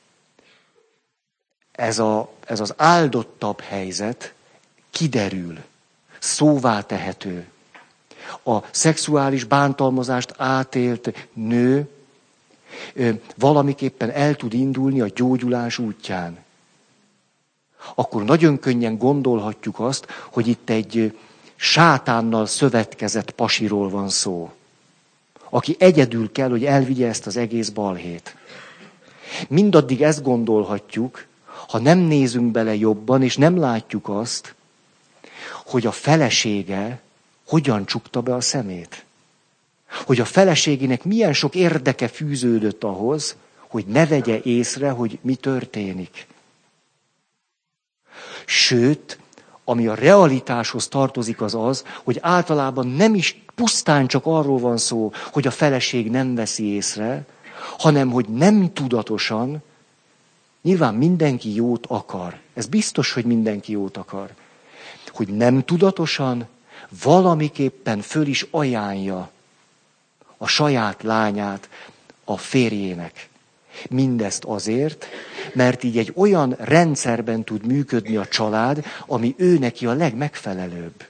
ez, a, ez az áldottabb helyzet kiderül, szóvá tehető. A szexuális bántalmazást átélt nő valamiképpen el tud indulni a gyógyulás útján. Akkor nagyon könnyen gondolhatjuk azt, hogy itt egy sátánnal szövetkezett pasiról van szó, aki egyedül kell, hogy elvigye ezt az egész balhét. Mindaddig ezt gondolhatjuk, ha nem nézünk bele jobban, és nem látjuk azt, hogy a felesége hogyan csukta be a szemét. Hogy a feleségének milyen sok érdeke fűződött ahhoz, hogy ne vegye észre, hogy mi történik. Sőt, ami a realitáshoz tartozik, az az, hogy általában nem is pusztán csak arról van szó, hogy a feleség nem veszi észre, hanem hogy nem tudatosan, nyilván mindenki jót akar. Ez biztos, hogy mindenki jót akar. Hogy nem tudatosan valamiképpen föl is ajánlja a saját lányát a férjének. Mindezt azért, mert így egy olyan rendszerben tud működni a család, ami ő neki a legmegfelelőbb.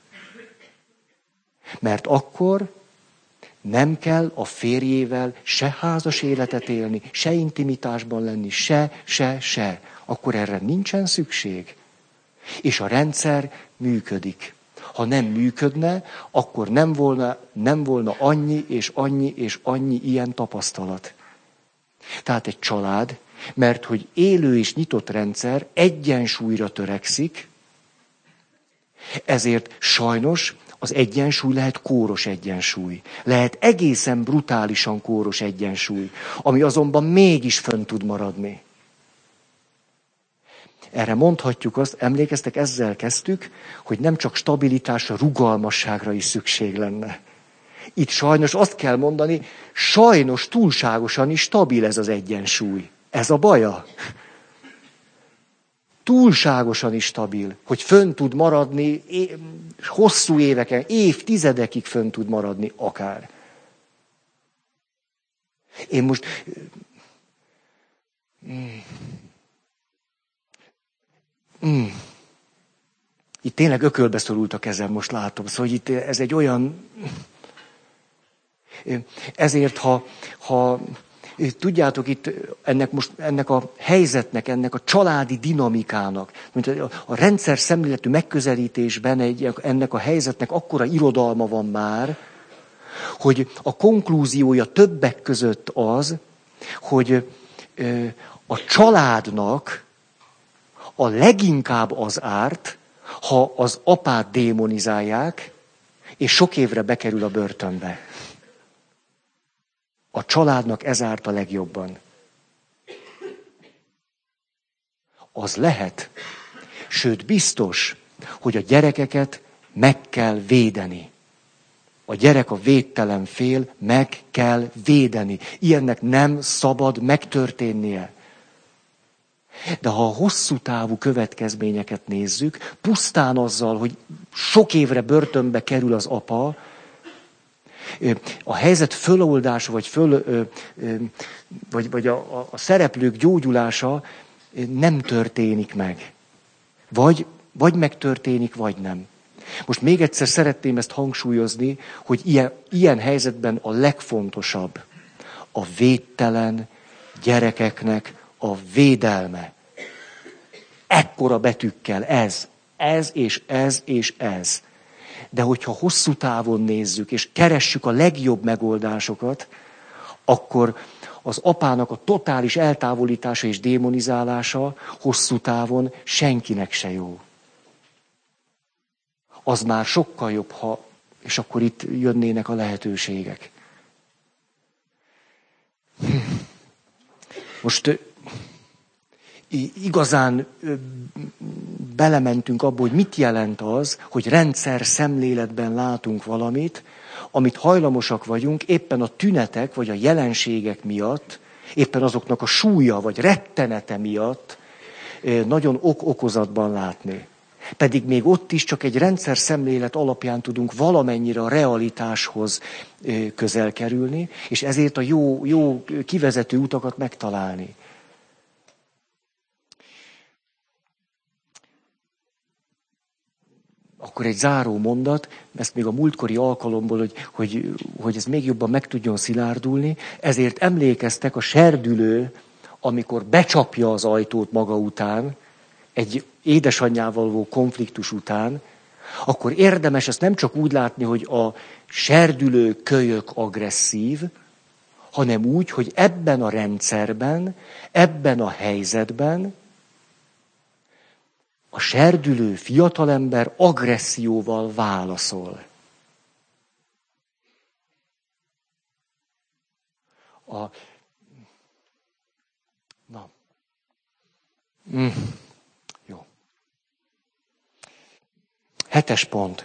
Mert akkor nem kell a férjével se házas életet élni, se intimitásban lenni, se, se, se. Akkor erre nincsen szükség. És a rendszer működik. Ha nem működne, akkor nem volna, nem volna annyi és annyi és annyi ilyen tapasztalat. Tehát egy család, mert hogy élő és nyitott rendszer egyensúlyra törekszik, ezért sajnos az egyensúly lehet kóros egyensúly. Lehet egészen brutálisan kóros egyensúly, ami azonban mégis fönn tud maradni. Erre mondhatjuk azt, emlékeztek, ezzel kezdtük, hogy nem csak stabilitásra, rugalmasságra is szükség lenne. Itt sajnos azt kell mondani, sajnos túlságosan is stabil ez az egyensúly. Ez a baja. Túlságosan is stabil, hogy fönn tud maradni hosszú éveken, évtizedekig fönn tud maradni akár. Én most... Mm. Mm. Itt tényleg ökölbe szorult a kezem, most látom. Szóval itt ez egy olyan... Ezért, ha, ha tudjátok, itt ennek, most, ennek a helyzetnek, ennek a családi dinamikának, mint a, a rendszer szemléletű megközelítésben egy, ennek a helyzetnek akkora irodalma van már, hogy a konklúziója többek között az, hogy a családnak a leginkább az árt, ha az apát démonizálják, és sok évre bekerül a börtönbe. A családnak ez árt a legjobban. Az lehet, sőt biztos, hogy a gyerekeket meg kell védeni. A gyerek a védtelen fél, meg kell védeni. Ilyennek nem szabad megtörténnie. De ha a hosszú távú következményeket nézzük, pusztán azzal, hogy sok évre börtönbe kerül az apa, a helyzet föloldása, vagy, föl, vagy, vagy a, a, a szereplők gyógyulása nem történik meg. Vagy, vagy megtörténik, vagy nem. Most még egyszer szeretném ezt hangsúlyozni, hogy ilyen, ilyen helyzetben a legfontosabb a védtelen gyerekeknek a védelme. Ekkora betűkkel ez, ez és ez és ez. De hogyha hosszú távon nézzük, és keressük a legjobb megoldásokat, akkor az apának a totális eltávolítása és démonizálása hosszú távon senkinek se jó. Az már sokkal jobb, ha, és akkor itt jönnének a lehetőségek. Most igazán belementünk abba, hogy mit jelent az, hogy rendszer szemléletben látunk valamit, amit hajlamosak vagyunk éppen a tünetek vagy a jelenségek miatt, éppen azoknak a súlya vagy rettenete miatt nagyon ok-okozatban látni. Pedig még ott is csak egy rendszer szemlélet alapján tudunk valamennyire a realitáshoz közel kerülni, és ezért a jó, jó kivezető utakat megtalálni. Akkor egy záró mondat, ezt még a múltkori alkalomból, hogy, hogy, hogy ez még jobban meg tudjon szilárdulni, ezért emlékeztek a serdülő, amikor becsapja az ajtót maga után, egy édesanyjával való konfliktus után, akkor érdemes ezt nem csak úgy látni, hogy a serdülő kölyök agresszív, hanem úgy, hogy ebben a rendszerben, ebben a helyzetben a serdülő fiatalember agresszióval válaszol. A... Na. Mm. Jó. Hetes pont.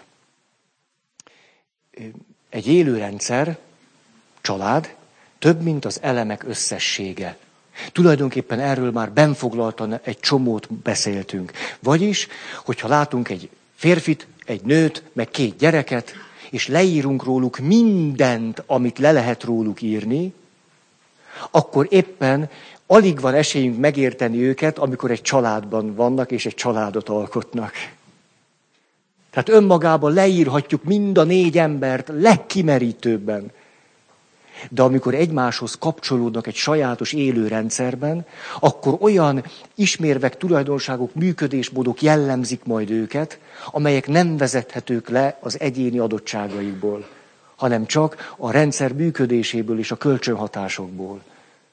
Egy élő rendszer, család, több, mint az elemek összessége. Tulajdonképpen erről már benfoglaltan egy csomót beszéltünk. Vagyis, hogyha látunk egy férfit, egy nőt, meg két gyereket, és leírunk róluk mindent, amit le lehet róluk írni, akkor éppen alig van esélyünk megérteni őket, amikor egy családban vannak, és egy családot alkotnak. Tehát önmagában leírhatjuk mind a négy embert legkimerítőbben. De amikor egymáshoz kapcsolódnak egy sajátos élő rendszerben, akkor olyan ismérvek, tulajdonságok, működésmódok jellemzik majd őket, amelyek nem vezethetők le az egyéni adottságaikból, hanem csak a rendszer működéséből és a kölcsönhatásokból.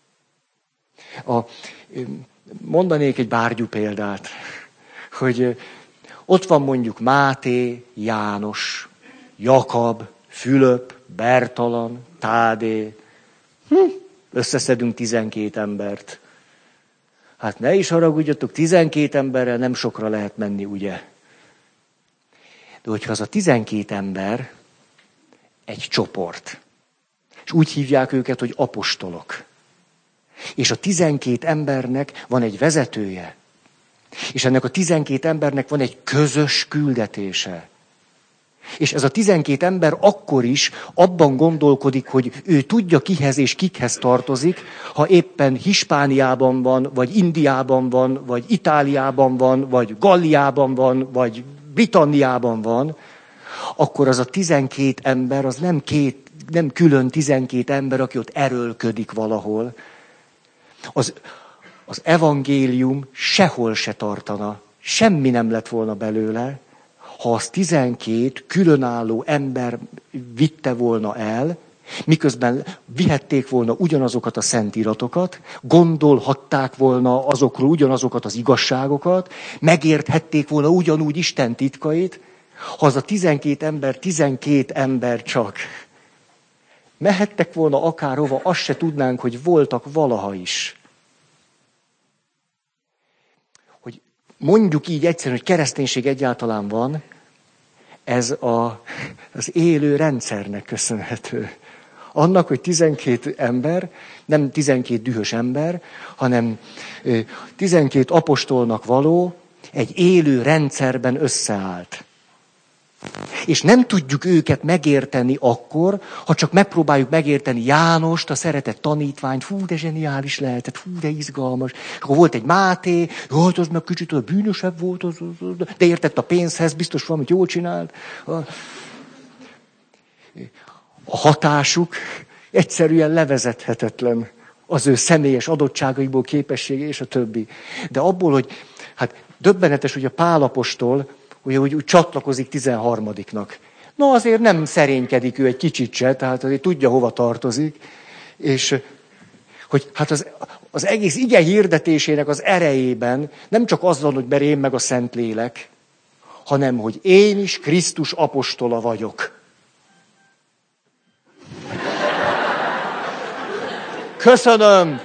A, mondanék egy bárgyú példát, hogy ott van mondjuk Máté, János, Jakab, Fülöp, Bertalan, Tádé. Hm, összeszedünk tizenkét embert. Hát ne is haragudjatok, tizenkét emberrel nem sokra lehet menni, ugye? De hogyha az a tizenkét ember egy csoport, és úgy hívják őket, hogy apostolok, és a tizenkét embernek van egy vezetője, és ennek a tizenkét embernek van egy közös küldetése. És ez a tizenkét ember akkor is abban gondolkodik, hogy ő tudja kihez és kikhez tartozik, ha éppen Hispániában van, vagy Indiában van, vagy Itáliában van, vagy Galliában van, vagy Britanniában van, akkor az a tizenkét ember, az nem, két, nem külön tizenkét ember, aki ott erőlködik valahol. Az, az evangélium sehol se tartana, semmi nem lett volna belőle, ha az tizenkét különálló ember vitte volna el, miközben vihették volna ugyanazokat a szentiratokat, gondolhatták volna azokról ugyanazokat az igazságokat, megérthették volna ugyanúgy Isten titkait, ha az a tizenkét ember, tizenkét ember csak. Mehettek volna akárhova, azt se tudnánk, hogy voltak valaha is. Hogy mondjuk így egyszerűen, hogy kereszténység egyáltalán van, ez a, az élő rendszernek köszönhető. Annak, hogy tizenkét ember, nem tizenkét dühös ember, hanem tizenkét apostolnak való, egy élő rendszerben összeállt. És nem tudjuk őket megérteni akkor, ha csak megpróbáljuk megérteni Jánost, a szeretett tanítványt, fú, de zseniális lehetett, fú, de izgalmas. Akkor volt egy Máté, jaj, az meg kicsit olyan bűnösebb volt, az, az, az, de értett a pénzhez, biztos valamit jól csinált. A hatásuk egyszerűen levezethetetlen, az ő személyes adottságaiból, képessége és a többi. De abból, hogy hát döbbenetes, hogy a Pál apostol, ugye úgy, úgy csatlakozik tizenharmadiknak. No, azért nem szerénykedik ő egy kicsit se, tehát azért tudja, hova tartozik. És hogy hát az, az egész ige hirdetésének az erejében nem csak az van, hogy mert én meg a Szentlélek, hanem hogy én is Krisztus apostola vagyok. Köszönöm!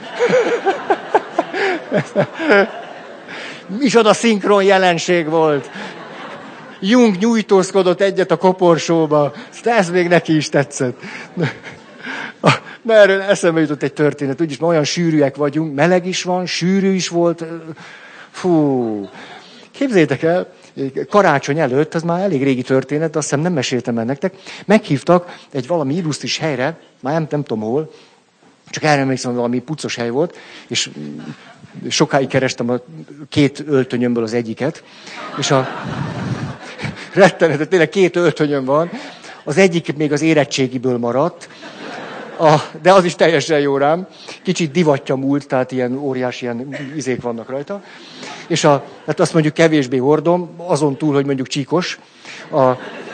Micsoda szinkron jelenség volt. Jung nyújtózkodott egyet a koporsóba, ez még neki is tetszett. Na, erről eszembe jutott egy történet, úgyis ma olyan sűrűek vagyunk, meleg is van, sűrű is volt. Fú, képzeljétek el, karácsony előtt, ez már elég régi történet, de azt hiszem nem meséltem el nektek, meghívtak egy valami illusztris helyre, már nem, nem tudom hol, csak erre emlékszem, hogy valami puccos hely volt, és sokáig kerestem a két öltönyömből az egyiket, és a rettenetet, tényleg két öltönyöm van, az egyik még az érettségiből maradt, a, de az is teljesen jó rám, kicsit divatja múlt, tehát ilyen óriási ilyen izék vannak rajta, és a, hát azt mondjuk kevésbé hordom, azon túl, hogy mondjuk csíkos, a,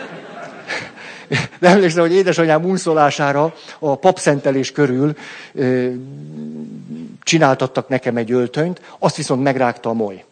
de emlékszem, hogy édesanyám unszolására a papszentelés körül ö, csináltattak nekem egy öltönyt, azt viszont megrágta a moly.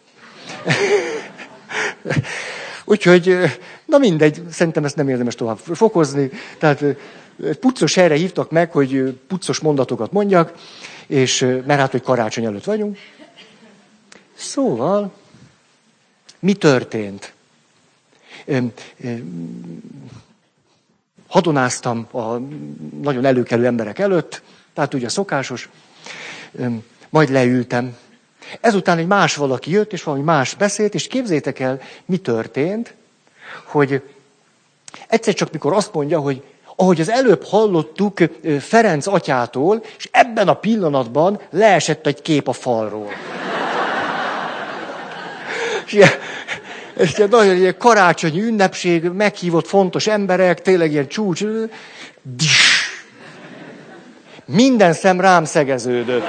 Úgyhogy, na mindegy, szerintem ezt nem érdemes tovább fokozni. Tehát puccos helyre hívtak meg, hogy puccos mondatokat mondjak, és, mert hát, hogy karácsony előtt vagyunk. Szóval, mi történt? öm, öm, hadonáztam a nagyon előkelő emberek előtt, tehát ugye a szokásos, öm, majd leültem. Ezután egy más valaki jött, és valami más beszélt, és képzétek el, mi történt, hogy egyszer csak mikor azt mondja, hogy ahogy az előbb hallottuk Ferenc atyától, és ebben a pillanatban leesett egy kép a falról. És ilyen, és ilyen nagyon ilyen karácsonyi ünnepség, meghívott fontos emberek, tényleg ilyen csúcs. Minden szem rám szegeződött.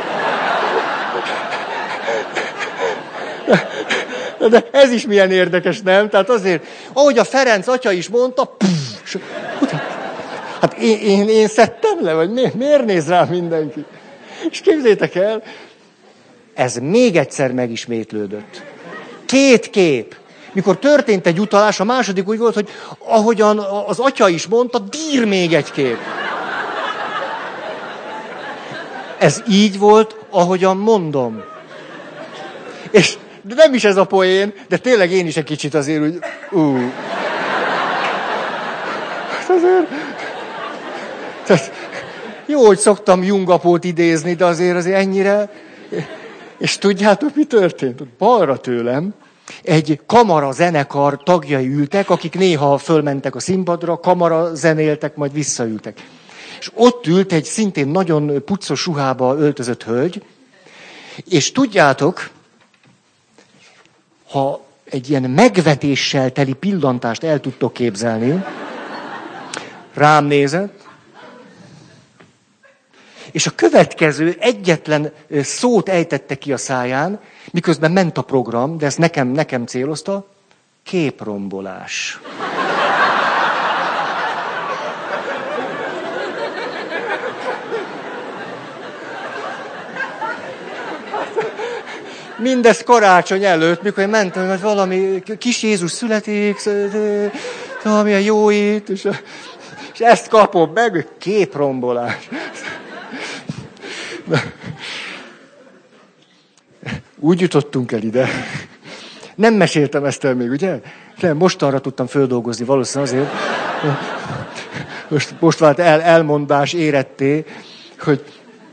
De ez is milyen érdekes, nem? Tehát azért, ahogy a Ferenc atya is mondta, pff, hát én, én, én szedtem le, vagy mi, miért néz rám mindenki? És képzétek el, ez még egyszer megismétlődött. Két kép. Mikor történt egy utalás, a második úgy volt, hogy ahogyan az atya is mondta, dír még egy kép. Ez így volt, ahogyan mondom. És de nem is ez a poén, de tényleg én is egy kicsit azért úgy... Ú. Azért... Tehát, jó, hogy szoktam Jungapót idézni, de azért azért ennyire... És tudjátok, mi történt? Balra tőlem egy kamara zenekar tagjai ültek, akik néha fölmentek a színpadra, kamara zenéltek, majd visszaültek. És ott ült egy szintén nagyon puccos ruhába öltözött hölgy, és tudjátok, ha egy ilyen megvetéssel teli pillantást el tudtok képzelni, rám nézett, és a következő egyetlen szót ejtette ki a száján, miközben ment a program, de ezt nekem, nekem célozta, képrombolás. Mindez karácsony előtt, mikor én mentem, hogy valami kis Jézus születik, valamilyen jó itt, és, és ezt kapom meg, képrombolás. Úgy jutottunk el ide. Nem meséltem ezt el még, ugye? Nem, mostanra tudtam földolgozni valószínűleg azért. Most, most vált el, elmondás éretté, hogy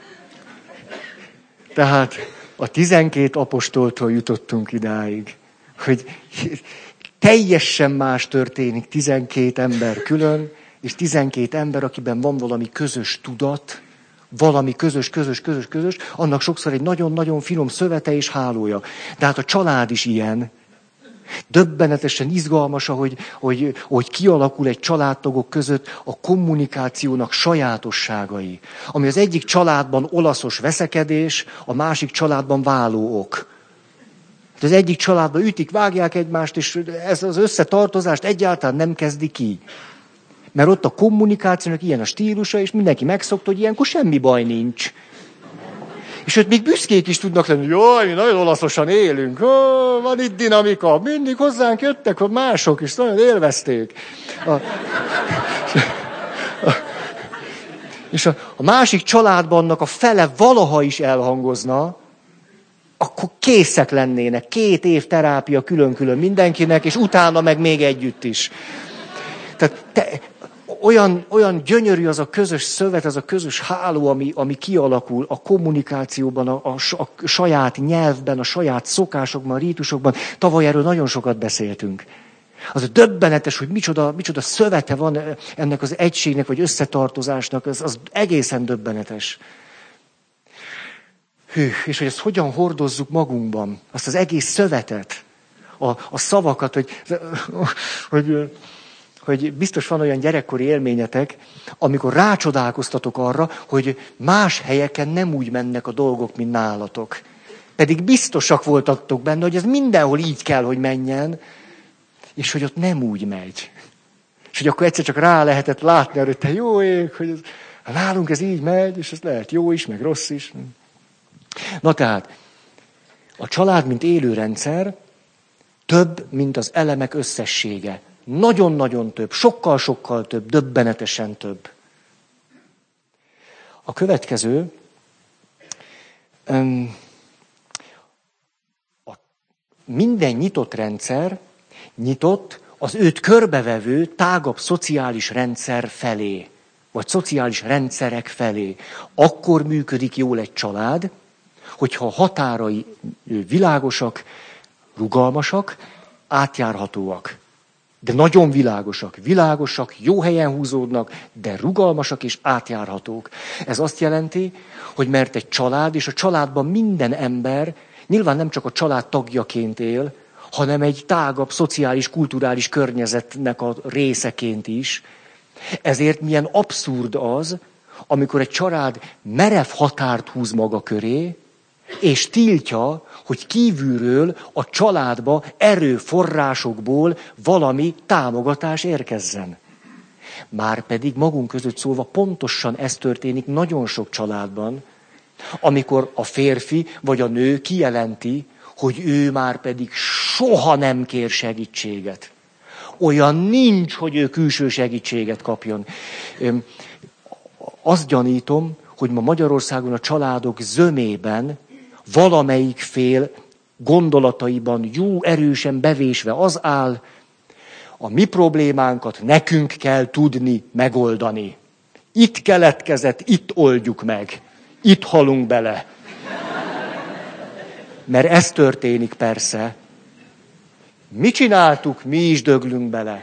tehát a tizenkét apostoltól jutottunk idáig, hogy teljesen más történik tizenkét ember külön, és tizenkét ember, akiben van valami közös tudat, valami közös, közös, közös, közös, annak sokszor egy nagyon-nagyon finom szövete és hálója. De hát a család is ilyen. Döbbenetesen izgalmas, ahogy, hogy, hogy kialakul egy családtagok között a kommunikációnak sajátosságai. Ami az egyik családban olaszos veszekedés, a másik családban váló ok. Az egyik családban ütik, vágják egymást, és ez az összetartozást egyáltalán nem kezdi ki. Mert ott a kommunikációnak ilyen a stílusa, és mindenki megszokta, hogy ilyenkor semmi baj nincs. És ott még büszkék is tudnak lenni, jaj, mi nagyon olaszosan élünk, ó, van itt dinamika, mindig hozzánk jöttek a mások, és nagyon élvezték. A, a, és a, a másik családban annak a fele valaha is elhangozna, akkor készek lennének, két év terápia külön-külön mindenkinek, és utána meg még együtt is. Tehát te, olyan, olyan gyönyörű az a közös szövet, az a közös háló, ami, ami kialakul a kommunikációban, a, a, a saját nyelvben, a saját szokásokban, a rítusokban. Tavaly erről nagyon sokat beszéltünk. Az döbbenetes, hogy micsoda, micsoda szövete van ennek az egységnek, vagy összetartozásnak, az, az egészen döbbenetes. Hű, és hogy ezt hogyan hordozzuk magunkban, azt az egész szövetet, a, a szavakat, hogy... hogy hogy biztos van olyan gyerekkori élményetek, amikor rácsodálkoztatok arra, hogy más helyeken nem úgy mennek a dolgok, mint nálatok. Pedig biztosak voltatok benne, hogy ez mindenhol így kell, hogy menjen, és hogy ott nem úgy megy. És hogy akkor egyszer csak rá lehetett látni arra, hogy te jó ég, hogy ez, nálunk ez így megy, és ez lehet jó is, meg rossz is. Na tehát, a család, mint élőrendszer, több, mint az elemek összessége. Nagyon-nagyon több, sokkal-sokkal több, döbbenetesen több. A következő, a minden nyitott rendszer, nyitott az őt körbevevő tágabb szociális rendszer felé, vagy szociális rendszerek felé. Akkor működik jól egy család, hogyha a határai világosak, rugalmasak, átjárhatóak. De nagyon világosak, világosak, jó helyen húzódnak, de rugalmasak és átjárhatók. Ez azt jelenti, hogy mert egy család, és a családban minden ember nyilván nem csak a család tagjaként él, hanem egy tágabb, szociális, kulturális környezetnek a részeként is. Ezért milyen abszurd az, amikor egy család merev határt húz maga köré, és tiltja, hogy kívülről a családba erőforrásokból valami támogatás érkezzen. Márpedig magunk között szólva pontosan ez történik nagyon sok családban, amikor a férfi vagy a nő kijelenti, hogy ő már pedig soha nem kér segítséget. Olyan nincs, hogy ő külső segítséget kapjon. Azt gyanítom, hogy ma Magyarországon a családok zömében valamelyik fél gondolataiban jó erősen bevésve az áll, a mi problémánkat nekünk kell tudni megoldani. Itt keletkezett, itt oldjuk meg. Itt halunk bele. Mert ez történik persze. Mi csináltuk, mi is döglünk bele.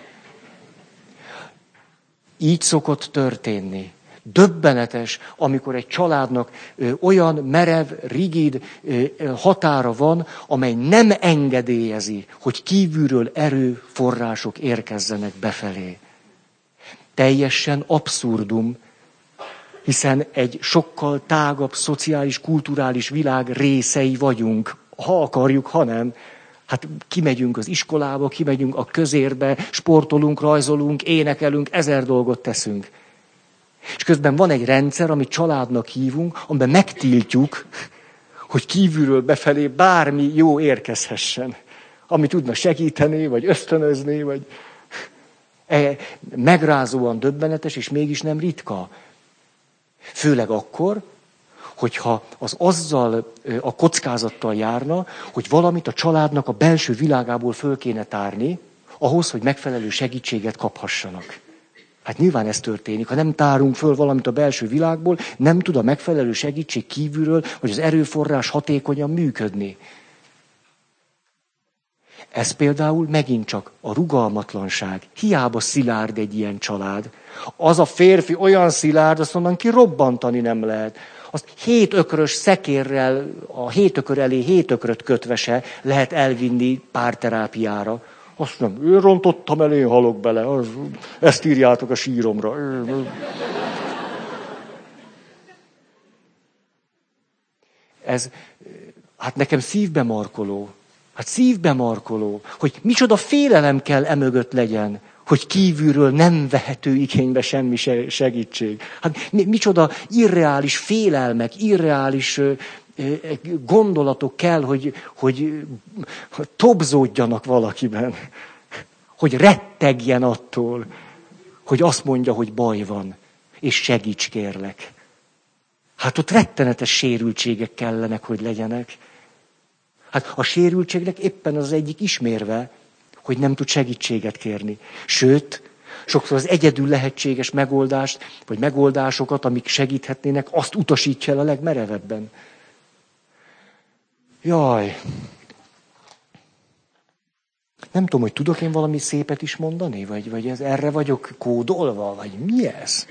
Így szokott történni. Döbbenetes, amikor egy családnak ö, olyan merev, rigid ö, határa van, amely nem engedélyezi, hogy kívülről erőforrások érkezzenek befelé. Teljesen abszurdum, hiszen egy sokkal tágabb, szociális, kulturális világ részei vagyunk, ha akarjuk, ha nem. Hát kimegyünk az iskolába, kimegyünk a közérbe, sportolunk, rajzolunk, énekelünk, ezer dolgot teszünk. És közben van egy rendszer, amit családnak hívunk, amiben megtiltjuk, hogy kívülről befelé bármi jó érkezhessen. Ami tudna segíteni, vagy ösztönözni, vagy... Megrázóan döbbenetes, és mégis nem ritka. Főleg akkor, hogyha az azzal a kockázattal járna, hogy valamit a családnak a belső világából föl kéne tárni, ahhoz, hogy megfelelő segítséget kaphassanak. Hát nyilván ez történik. Ha nem tárunk föl valamit a belső világból, nem tud a megfelelő segítség kívülről, vagy az erőforrás hatékonyan működni. Ez például megint csak a rugalmatlanság. Hiába szilárd egy ilyen család. Az a férfi olyan szilárd, azt onnan kirobbantani nem lehet. Azt hét ökrös szekérrel, a hét ökör elé hét ökröt kötve se lehet elvinni párterápiára. Azt nem, én rontottam el, én halok bele. Az, ezt írjátok a síromra. Ez, hát nekem szívbe markoló. Hát szívbe markoló, hogy micsoda félelem kell emögött legyen, hogy kívülről nem vehető igénybe semmi segítség. Hát micsoda irreális félelmek, irreális gondolatok kell, hogy, hogy tobzódjanak valakiben. Hogy rettegjen attól, hogy azt mondja, hogy baj van, és segíts kérlek. Hát ott rettenetes sérültségek kellenek, hogy legyenek. Hát a sérültségnek éppen az egyik ismérve, hogy nem tud segítséget kérni. Sőt, sokszor az egyedül lehetséges megoldást, vagy megoldásokat, amik segíthetnének, azt utasítja el a legmerevebben. Jaj. Nem tudom, hogy tudok én valami szépet is mondani, vagy, vagy ez, erre vagyok kódolva, vagy mi ez?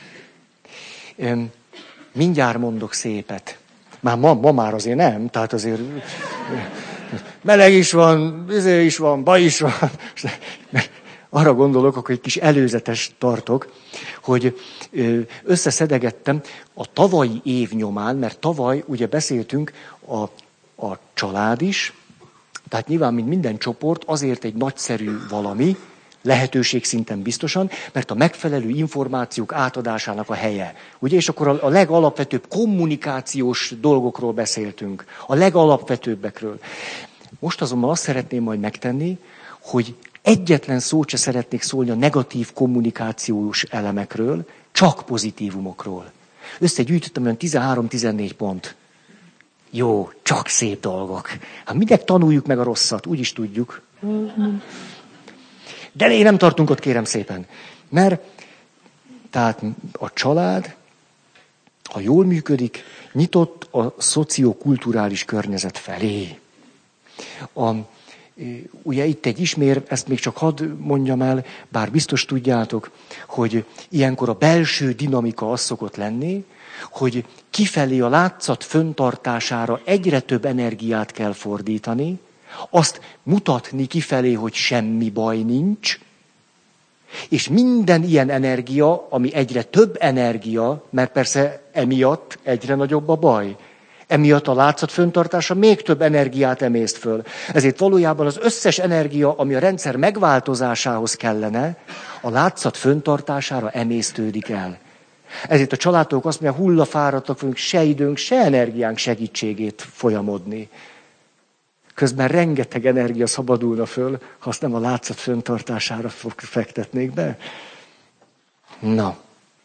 Mindjárt mondok szépet. Már ma, ma már azért nem, tehát azért meleg is van, izé is van, baj is van. Arra gondolok, akkor egy kis előzetes tartok, hogy összeszedegettem a tavalyi év nyomán, mert tavaly ugye beszéltünk a, a család is, tehát nyilván, mint minden csoport, azért egy nagyszerű valami, lehetőség szinten biztosan, mert a megfelelő információk átadásának a helye. Ugye, és akkor a, a legalapvetőbb kommunikációs dolgokról beszéltünk, a legalapvetőbbekről. Most azonban azt szeretném majd megtenni, hogy egyetlen szót se szeretnék szólni a negatív kommunikációs elemekről, csak pozitívumokról. Összegyűjtöttem olyan tizenhárom-tizennégy pont. Jó, csak szép dolgok. Hát minek tanuljuk meg a rosszat, úgy is tudjuk. De én nem tartunk ott, kérem szépen. Mert tehát a család, ha jól működik, nyitott a szociokulturális környezet felé. A, ugye itt egy ismér, ezt még csak hadd mondjam el, bár biztos tudjátok, hogy ilyenkor a belső dinamika az szokott lenni, hogy kifelé a látszat föntartására egyre több energiát kell fordítani, azt mutatni kifelé, hogy semmi baj nincs, és minden ilyen energia, ami egyre több energia, mert persze emiatt egyre nagyobb a baj. Emiatt a látszat föntartása még több energiát emészt föl. Ezért valójában az összes energia, ami a rendszer megváltozásához kellene, a látszat föntartására emésztődik el. Ezért a családok azt mondják, hullafáradtak vagyunk, se időnk, se energiánk segítségét folyamodni. Közben rengeteg energia szabadulna föl, ha azt nem a látszat föntartására fektetnék be. Na.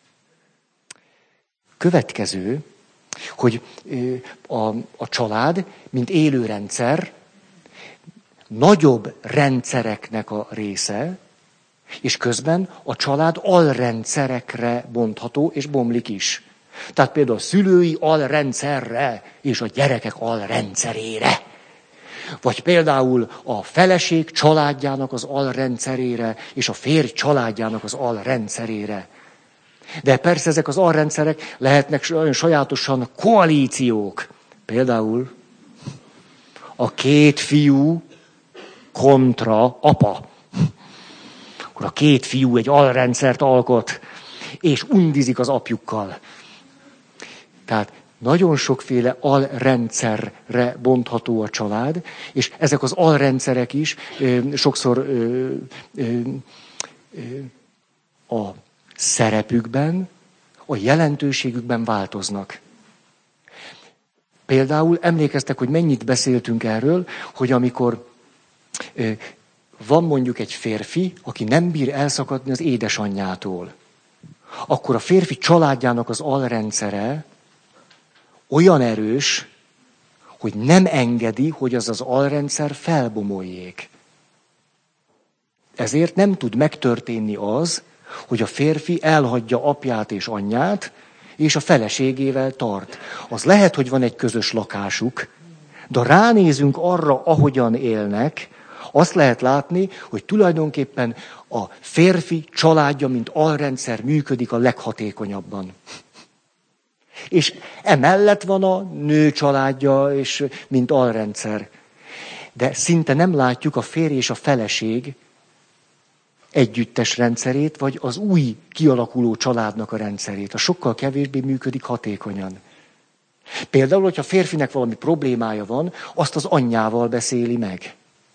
Következő, hogy a, a család, mint élőrendszer, nagyobb rendszereknek a része, és közben a család alrendszerekre bontható, és bomlik is. Tehát például a szülői alrendszerre, és a gyerekek alrendszerére. Vagy például a feleség családjának az alrendszerére, és a férj családjának az alrendszerére. De persze ezek az alrendszerek lehetnek olyan sajátosan koalíciók. Például a két fiú kontra apa. Akkor a két fiú egy alrendszert alkot, és undizik az apjukkal. Tehát nagyon sokféle alrendszerre bontható a család, és ezek az alrendszerek is ö, sokszor ö, ö, ö, a szerepükben, a jelentőségükben változnak. Például emlékeztek, hogy mennyit beszéltünk erről, hogy amikor ö, van mondjuk egy férfi, aki nem bír elszakadni az édesanyjától, akkor a férfi családjának az alrendszere olyan erős, hogy nem engedi, hogy az az alrendszer felbomoljék. Ezért nem tud megtörténni az, hogy a férfi elhagyja apját és anyját, és a feleségével tart. Az lehet, hogy van egy közös lakásuk, de ránézünk arra, ahogyan élnek, azt lehet látni, hogy tulajdonképpen a férfi családja, mint alrendszer működik a leghatékonyabban. És emellett van a nő családja, és mint alrendszer. De szinte nem látjuk a férj és a feleség együttes rendszerét, vagy az új kialakuló családnak a rendszerét. A sokkal kevésbé működik hatékonyan. Például, hogyha a férfinek valami problémája van, azt az anyjával beszéli meg.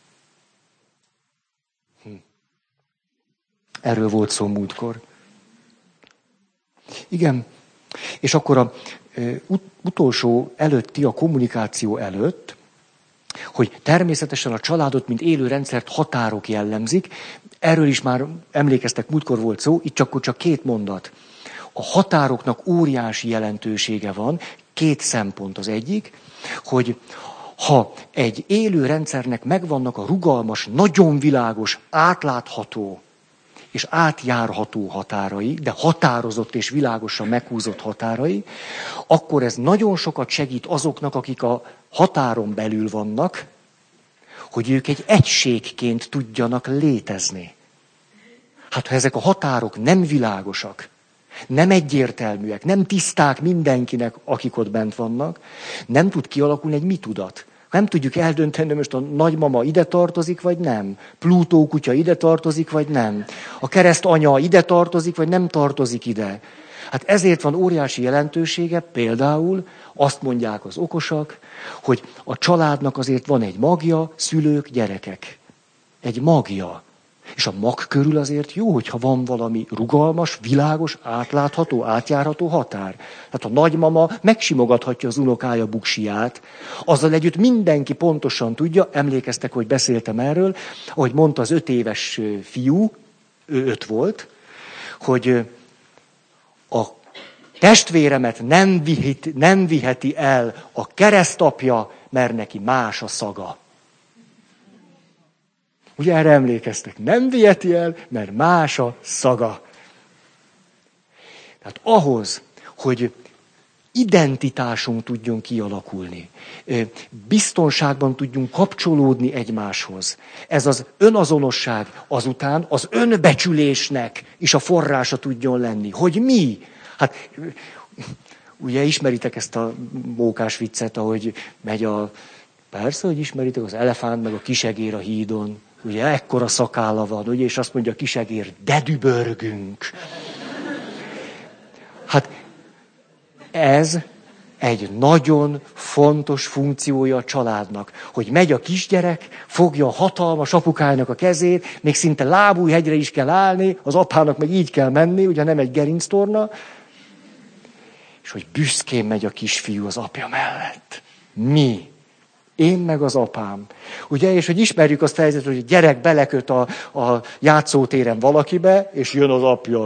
Hm. Erről volt szó múltkor. Igen. És akkor a ut- utolsó előtti, a kommunikáció előtt, hogy természetesen a családot, mint élő rendszert határok jellemzik. Erről is már emlékeztek, múltkor volt szó, itt csak, csak két mondat. A határoknak óriási jelentősége van, két szempont az egyik, hogy ha egy élő rendszernek megvannak a rugalmas, nagyon világos, átlátható és átjárható határai, de határozott és világosan meghúzott határai, akkor ez nagyon sokat segít azoknak, akik a határon belül vannak, hogy ők egy egységként tudjanak létezni. Hát ha ezek a határok nem világosak, nem egyértelműek, nem tiszták mindenkinek, akik ott bent vannak, nem tud kialakulni egy mi tudat. Nem tudjuk eldönteni, hogy most a nagymama ide tartozik, vagy nem. Plutó kutya ide tartozik, vagy nem. A keresztanya ide tartozik, vagy nem tartozik ide. Hát ezért van óriási jelentősége, például azt mondják az okosak, hogy a családnak azért van egy magja, szülők, gyerekek. Egy magja. És a mag körül azért jó, hogyha van valami rugalmas, világos, átlátható, átjárható határ. Tehát a nagymama megsimogathatja az unokája buksiját, azzal együtt mindenki pontosan tudja, emlékeztek, hogy beszéltem erről, ahogy mondta az öt éves fiú, ő öt volt, hogy a testvéremet nem, viheti, nem viheti el a keresztapja, mert neki más a szaga. Ugye erre emlékeztek? Nem viheti el, mert más a szaga. Tehát ahhoz, hogy identitásunk tudjon kialakulni, biztonságban tudjunk kapcsolódni egymáshoz. Ez az önazonosság azután az önbecsülésnek is a forrása tudjon lenni. Hogy mi? Hát ugye ismeritek ezt a mókás viccet, ahogy megy a... Persze, hogy ismeritek az elefánt meg a kisegér a hídon. Ugye ekkora szakálla van, ugye, és azt mondja a kisegér, de dübörgünk. Hát ez egy nagyon fontos funkciója a családnak, hogy megy a kisgyerek, fogja a hatalmas apukájának a kezét, még szinte lábújhegyre is kell állni, az apának meg így kell menni, ugye nem egy gerinctorna, és hogy büszkén megy a kisfiú az apja mellett. Mi? Én meg az apám. Ugye, és hogy ismerjük azt a helyzetet, hogy a gyerek beleköt a, a játszótéren valakibe, és jön az apja.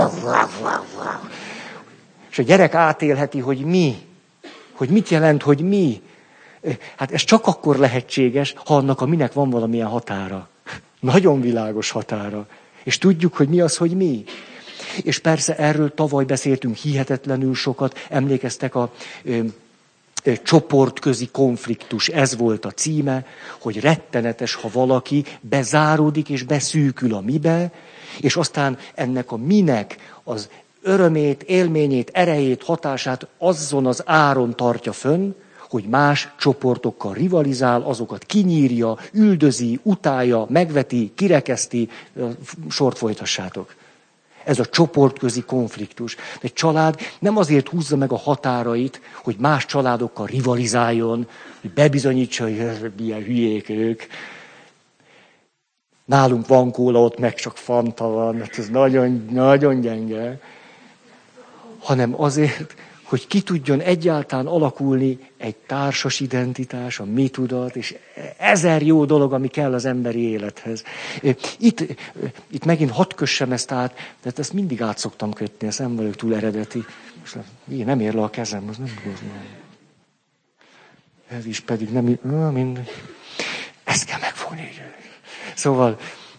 És a gyerek átélheti, hogy mi. Hogy mit jelent, hogy mi. Hát ez csak akkor lehetséges, ha annak a minek van valamilyen határa. Nagyon világos határa. És tudjuk, hogy mi az, hogy mi. És persze erről tavaly beszéltünk hihetetlenül sokat. Emlékeztek a... csoportközi konfliktus, ez volt a címe, hogy rettenetes, ha valaki bezáródik és beszűkül a mibe, és aztán ennek a minek az örömét, élményét, erejét, hatását azon az áron tartja fönn, hogy más csoportokkal rivalizál, azokat kinyírja, üldözi, utálja, megveti, kirekeszti, sort folytassátok. Ez a csoportközi konfliktus. Egy család nem azért húzza meg a határait, hogy más családokkal rivalizáljon, hogy bebizonyítsa, hogy milyen hülyék ők. Nálunk van kóla, ott meg csak Fanta van, hát ez nagyon, nagyon gyenge. Hanem azért, hogy ki tudjon egyáltalán alakulni egy társas identitás, a mi tudat, és ezer jó dolog, ami kell az emberi élethez. Itt, itt megint hadd kössem ezt át, de ezt mindig át szoktam kötni, ezt nem vagyok túl eredeti. Most én nem ér le a kezem, az nem igaz. Ez is pedig nem... Ah, mindegy. Ezt kell megfogni. Szóval,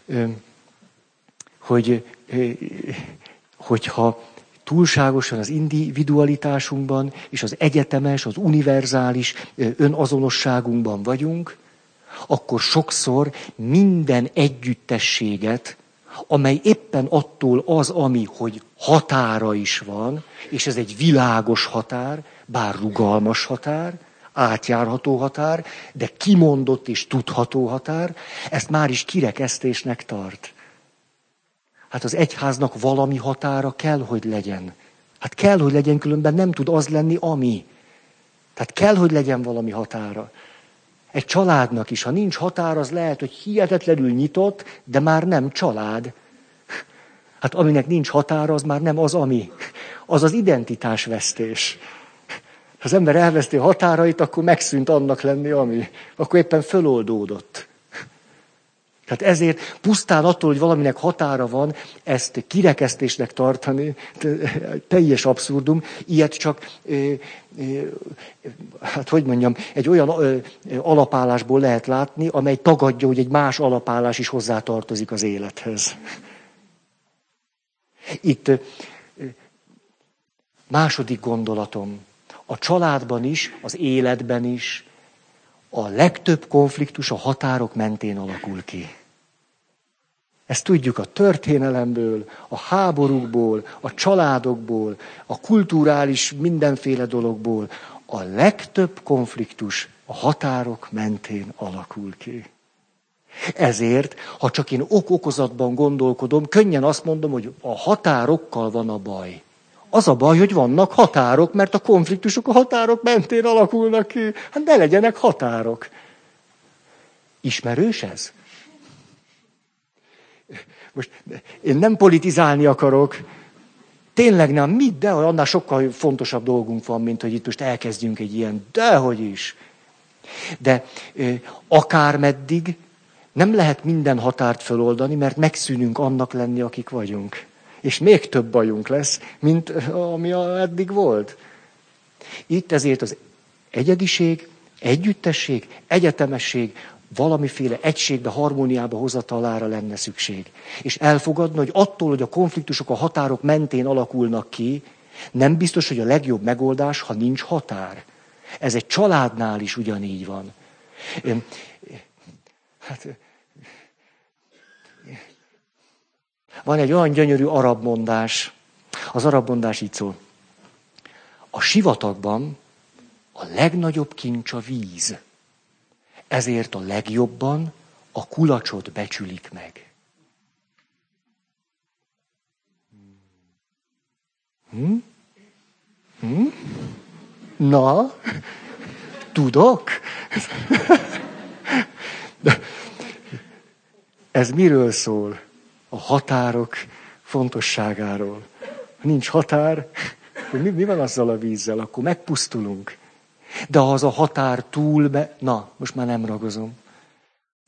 hogy, hogyha túlságosan az individualitásunkban és az egyetemes, az univerzális önazonosságunkban vagyunk, akkor sokszor minden együttességet, amely éppen attól az, ami, hogy határa is van, és ez egy világos határ, bár rugalmas határ, átjárható határ, de kimondott és tudható határ, ezt már is kirekesztésnek tart. Hát az egyháznak valami határa kell, hogy legyen. Hát kell, hogy legyen, különben nem tud az lenni, ami. Tehát kell, hogy legyen valami határa. Egy családnak is, ha nincs határ, az lehet, hogy hihetetlenül nyitott, de már nem család. Hát aminek nincs határa, az már nem az, ami. Az az identitásvesztés. Ha az ember elveszti a határait, akkor megszűnt annak lenni, ami. Akkor éppen föloldódott. Tehát ezért pusztán attól, hogy valaminek határa van, ezt kirekesztésnek tartani, teljes abszurdum, ilyet csak, hát hogy mondjam, egy olyan alapállásból lehet látni, amely tagadja, hogy egy más alapállás is hozzátartozik az élethez. Itt második gondolatom, a családban is, az életben is, a legtöbb konfliktus a határok mentén alakul ki. Ezt tudjuk a történelemből, a háborúkból, a családokból, a kulturális mindenféle dologból. A legtöbb konfliktus a határok mentén alakul ki. Ezért, ha csak én ok-okozatban gondolkodom, könnyen azt mondom, hogy a határokkal van a baj. Az a baj, hogy vannak határok, mert a konfliktusok a határok mentén alakulnak ki. Hát ne legyenek határok. Ismerős ez? Most én nem politizálni akarok. Tényleg nem, mit, de annál sokkal fontosabb dolgunk van, mint hogy itt most elkezdjünk egy ilyen, dehogy is. De akármeddig nem lehet minden határt föloldani, mert megszűnünk annak lenni, akik vagyunk. És még több bajunk lesz, mint ami eddig volt. Itt ezért az egyediség, együttesség, egyetemesség valamiféle egységbe, harmóniába hozatalára lenne szükség. És elfogadni, hogy attól, hogy a konfliktusok a határok mentén alakulnak ki, nem biztos, hogy a legjobb megoldás, ha nincs határ. Ez egy családnál is ugyanígy van. Hát, van egy olyan gyönyörű arab mondás, az arab mondás így szól. A sivatagban a legnagyobb kincs a víz. Ezért a legjobban a kulacsot becsülik meg. Hm? Hm? Na, tudok? Ez miről szól? A határok fontosságáról. Ha nincs határ, akkor mi, mi van azzal a vízzel? Akkor megpusztulunk. De ha az a határ túl... Be... Na, most már nem ragozom.